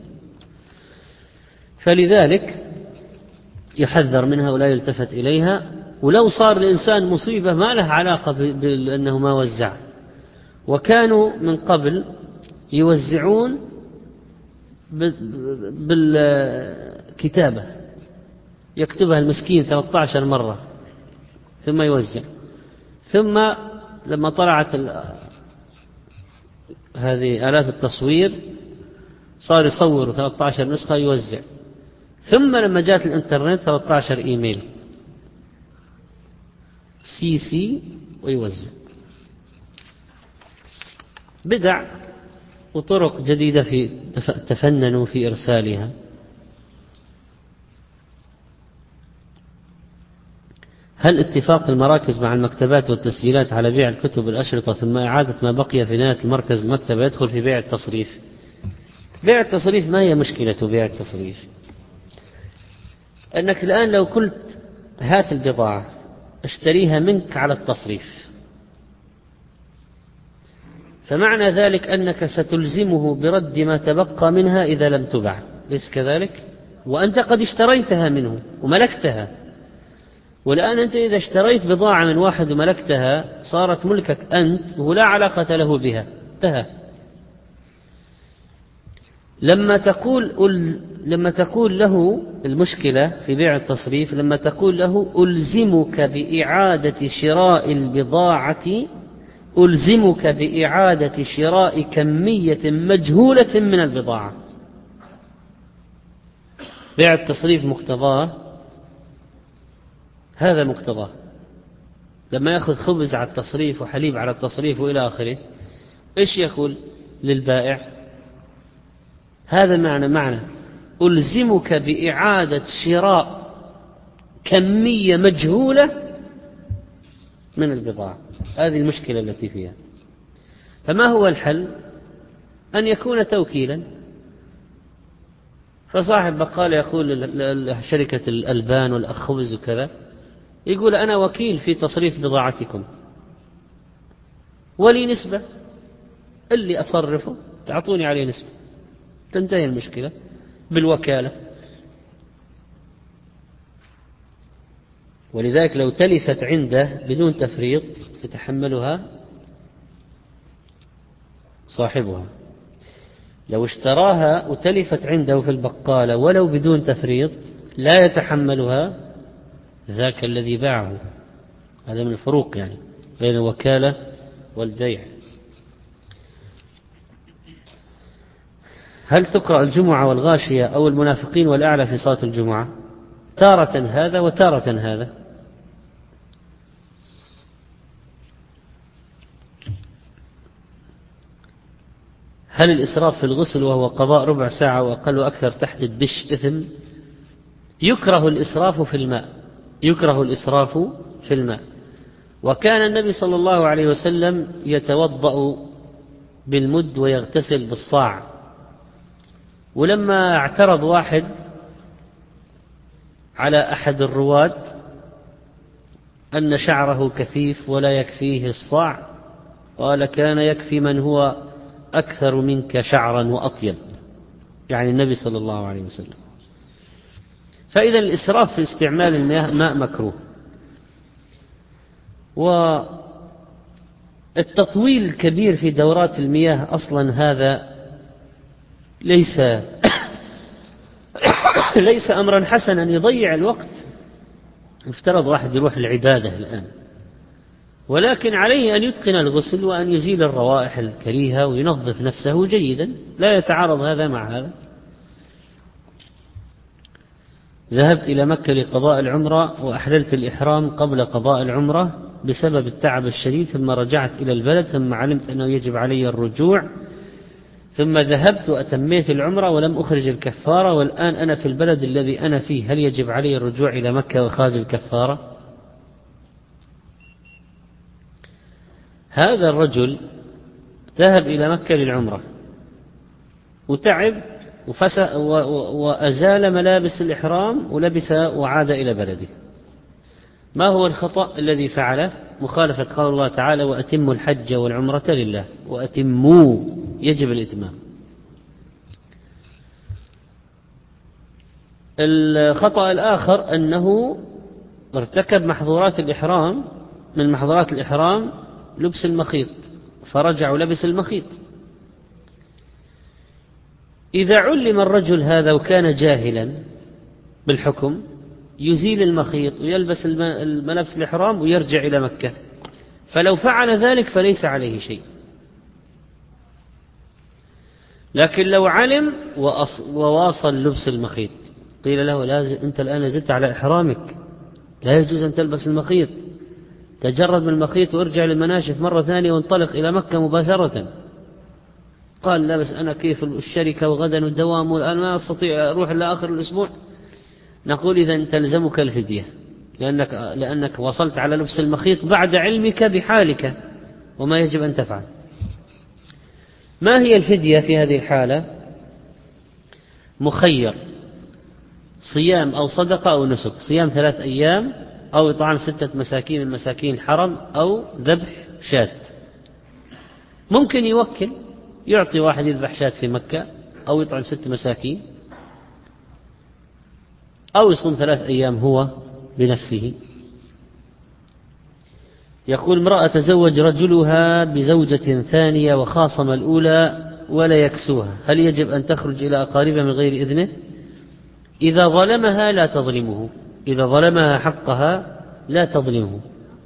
فلذلك يحذر منها ولا يلتفت إليها. ولو صار الإنسان مصيبة ما له علاقة بأنه ما وزع. وكانوا من قبل يوزعون بالكتابة، يكتبها المسكين ثلاثة عشر مرة ثم يوزع. ثم لما طلعت هذه آلات التصوير صار يصور ثلاثة عشر نسخة يوزع. ثم لما جاءت الانترنت ثلاثة عشر إيميل سي سي ويوزع. بدع وطرق جديدة في تفننوا في إرسالها. هل اتفاق المراكز مع المكتبات والتسجيلات على بيع الكتب الأشرطة ثم إعادة ما بقي في نهاية المركز المكتبة يدخل في بيع التصريف؟ بيع التصريف ما هي مشكلة بيع التصريف؟ أنك الآن لو قلت هات البضاعة اشتريها منك على التصريف، فمعنى ذلك أنك ستلزمه برد ما تبقى منها إذا لم تباع، ليس كذلك؟ وأنت قد اشتريتها منه وملكتها. والآن أنت إذا اشتريت بضاعة من واحد وملكتها صارت ملكك أنت ولا علاقة له بها، انتهى. لما تقول لما تقول له المشكلة في بيع التصريف، لما تقول له ألزمك بإعادة شراء البضاعة، ألزمك بإعادة شراء كمية مجهولة من البضاعة. بيع التصريف مقتضاه هذا مقتضاه. لما يأخذ خبز على التصريف وحليب على التصريف وإلى آخره، إيش يقول للبائع؟ هذا معنى معنى ألزمك بإعادة شراء كمية مجهولة من البضاعة. هذه المشكلة التي فيها. فما هو الحل؟ أن يكون توكيلا. فصاحب بقال يقول شركة الألبان والخبز وكذا، يقول أنا وكيل في تصريف بضاعتكم ولي نسبة، اللي أصرفه تعطوني عليه نسبة، تنتهي المشكلة بالوكالة. ولذلك لو تلفت عنده بدون تفريط يتحملها صاحبها. لو اشتراها وتلفت عنده في البقالة ولو بدون تفريط لا يتحملها ذاك الذي باعه. هذا من الفروق يعني بين الوكالة والبيع. هل تقرأ الجمعة والغاشية أو المنافقين والأعلى في صلاة الجمعة؟ تارة هذا وتارة هذا. هل الإسراف في الغسل وهو قضاء ربع ساعة وأقل وأكثر تحت الدش إثم؟ يكره الإسراف في الماء، يكره الإسراف في الماء. وكان النبي صلى الله عليه وسلم يتوضأ بالمد ويغتسل بالصاع. ولما اعترض واحد على أحد الرواة أن شعره كثيف ولا يكفيه الصاع، قال كان يكفي من هو أكثر منك شعرا وأطيب، يعني النبي صلى الله عليه وسلم. فإذا الإسراف في استعمال الماء مكروه. والتطويل الكبير في دورات المياه أصلا هذا ليس ليس أمرا حسنا يضيع الوقت. افترض واحد يروح العبادة الآن، ولكن عليه أن يتقن الغسل وأن يزيل الروائح الكريهة وينظف نفسه جيدا، لا يتعارض هذا مع هذا. ذهبت إلى مكة لقضاء العمرة وأحللت الإحرام قبل قضاء العمرة بسبب التعب الشديد، ثم رجعت إلى البلد ثم علمت أنه يجب علي الرجوع ثم ذهبت وأتميت العمرة ولم أخرج الكفارة، والآن أنا في البلد الذي أنا فيه، هل يجب علي الرجوع إلى مكة وإخراج الكفارة؟ هذا الرجل ذهب إلى مكة للعمرة وتعب وأزال ملابس الإحرام ولبس وعاد إلى بلده. ما هو الخطأ الذي فعله؟ مخالفة قول الله تعالى: وأتموا الحج والعمرة لله. وأتموا، يجب الإتمام. الخطأ الآخر أنه ارتكب محظورات الإحرام، من محظورات الإحرام لبس المخيط، فرجع ولبس المخيط. إذا علم الرجل هذا وكان جاهلا بالحكم يزيل المخيط ويلبس الملابس الإحرام ويرجع إلى مكة، فلو فعل ذلك فليس عليه شيء. لكن لو علم وواصل لبس المخيط قيل له: لازم أنت الآن زدت على إحرامك، لا يجوز أن تلبس المخيط، تجرد من المخيط وارجع للمناشف مرة ثانية وانطلق إلى مكة مباشرة. قال: لا بس أنا كيف الشركة وغدا والدوام والآن ما أستطيع أروح إلى آخر الأسبوع. نقول: إذن تلزمك الفدية، لأنك, لأنك وصلت على لبس المخيط بعد علمك بحالك وما يجب أن تفعل. ما هي الفدية في هذه الحالة؟ مخير: صيام أو صدقة أو نسك، صيام ثلاث أيام أو إطعام ستة مساكين من مساكين الحرم أو ذبح شاة. ممكن يوكل، يعطي واحد يذبح شاة في مكة أو يطعم ست مساكين أو يصوم ثلاث أيام هو بنفسه. يقول: امرأة تزوج رجلها بزوجة ثانية وخاصم الأولى ولا يكسوها، هل يجب أن تخرج إلى أقاربها من غير إذنه؟ إذا ظلمها لا تظلمه، إذا ظلمها حقها لا تظلمه.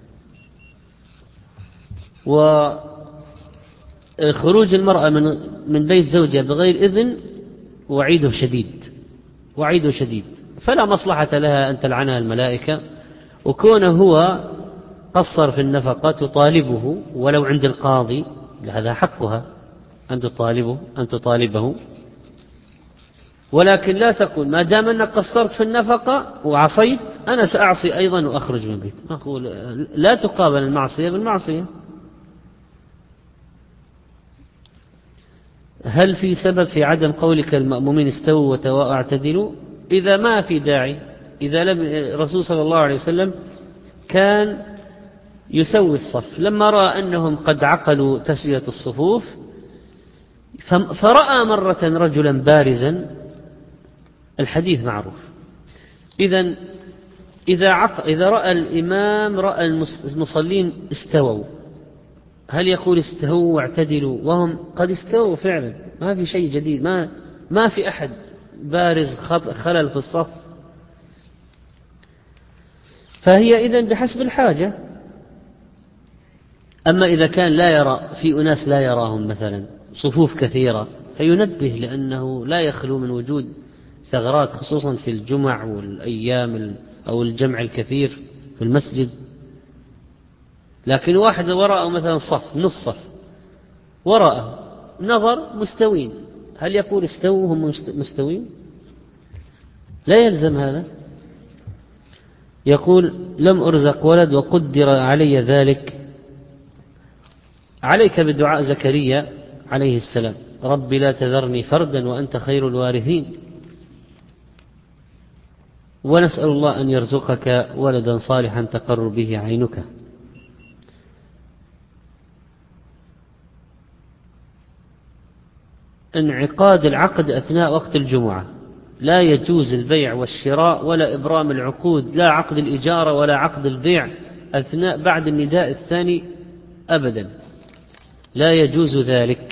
وخروج المرأة من من بيت زوجها بغير إذن وعيده شديد، وعيده شديد، فلا مصلحة لها أن تلعنها الملائكة. وكونه هو قصر في النفقة تطالبه ولو عند القاضي، هذا حقها أن تطالبه أن تطالبه ولكن لا تقول: ما دام أنك قصرت في النفقة وعصيت أنا سأعصي أيضا وأخرج من البيت. أقول: لا تقابل المعصية بالمعصية. هل في سبب في عدم قولك المأمومين استووا وتواءوا اعتدلوا؟ إذا ما في داعي، إذا لم الرسول صلى الله عليه وسلم كان يسوي الصف، لما رأى أنهم قد عقلوا تسوية الصفوف فرأى مرة رجلا بارزا، الحديث معروف. إذن إذا, عق... إذا رأى الإمام رأى المصلين استووا، هل يقول استووا واعتدلوا وهم قد استووا فعلا؟ ما في شيء جديد، ما, ما في أحد بارز خلل في الصف. فهي إذن بحسب الحاجة. أما إذا كان لا يرى، في أناس لا يراهم مثلا صفوف كثيرة، فينبه، لأنه لا يخلو من وجود ثغرات خصوصا في الجمع والأيام أو الجمع الكثير في المسجد. لكن واحد وراءه مثلا صف، نص صف وراءه نظر مستوين، هل يقول استووا هم مستوين؟ لا يلزم هذا. يقول: لم أرزق ولد وقدر علي ذلك، عليك بدعاء زكريا عليه السلام: ربي لا تذرني فردا وأنت خير الوارثين. ونسأل الله أن يرزقك ولدا صالحا تقر به عينك. انعقاد العقد أثناء وقت الجمعة، لا يجوز البيع والشراء ولا إبرام العقود، لا عقد الإجارة ولا عقد البيع أثناء بعد النداء الثاني أبدا، لا يجوز ذلك.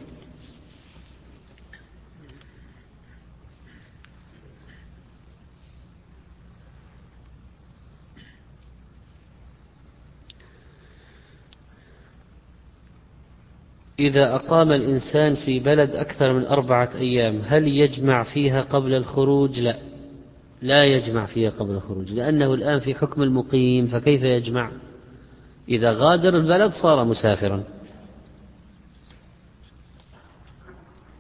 إذا أقام الإنسان في بلد أكثر من أربعة أيام هل يجمع فيها قبل الخروج؟ لا، لا يجمع فيها قبل الخروج، لأنه الآن في حكم المقيم، فكيف يجمع؟ إذا غادر البلد صار مسافرا.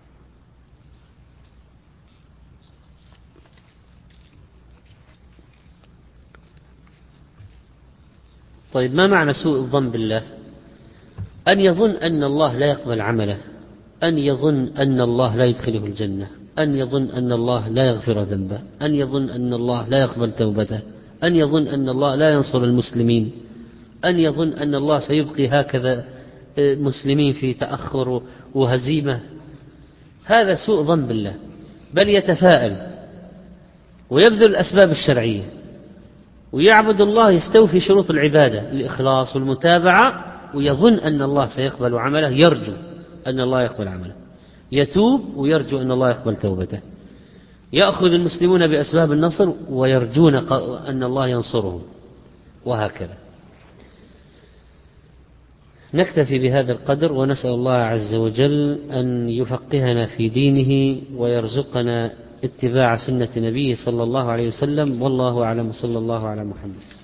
طيب ما معنى سوء الظن بالله؟ أن يظن أن الله لا يقبل عمله، أن يظن أن الله لا يدخله الجنة، أن يظن أن الله لا يغفر ذنبه، أن يظن أن الله لا يقبل توبته، أن يظن أن الله لا ينصر المسلمين، أن يظن أن الله سيبقي هكذا مسلمين في تأخر وهزيمة. هذا سوء ظن بالله. بل يتفاءل ويبذل الأسباب الشرعية ويعبد الله، يستوفي شروط العبادة الإخلاص والمتابعة، ويظن أن الله سيقبل عمله، يرجو أن الله يقبل عمله، يتوب ويرجو أن الله يقبل توبته، يأخذ المسلمون بأسباب النصر ويرجون أن الله ينصرهم، وهكذا. نكتفي بهذا القدر، ونسأل الله عز وجل أن يفقهنا في دينه ويرزقنا اتباع سنة نبيه صلى الله عليه وسلم. والله أعلم، صلى الله على محمد.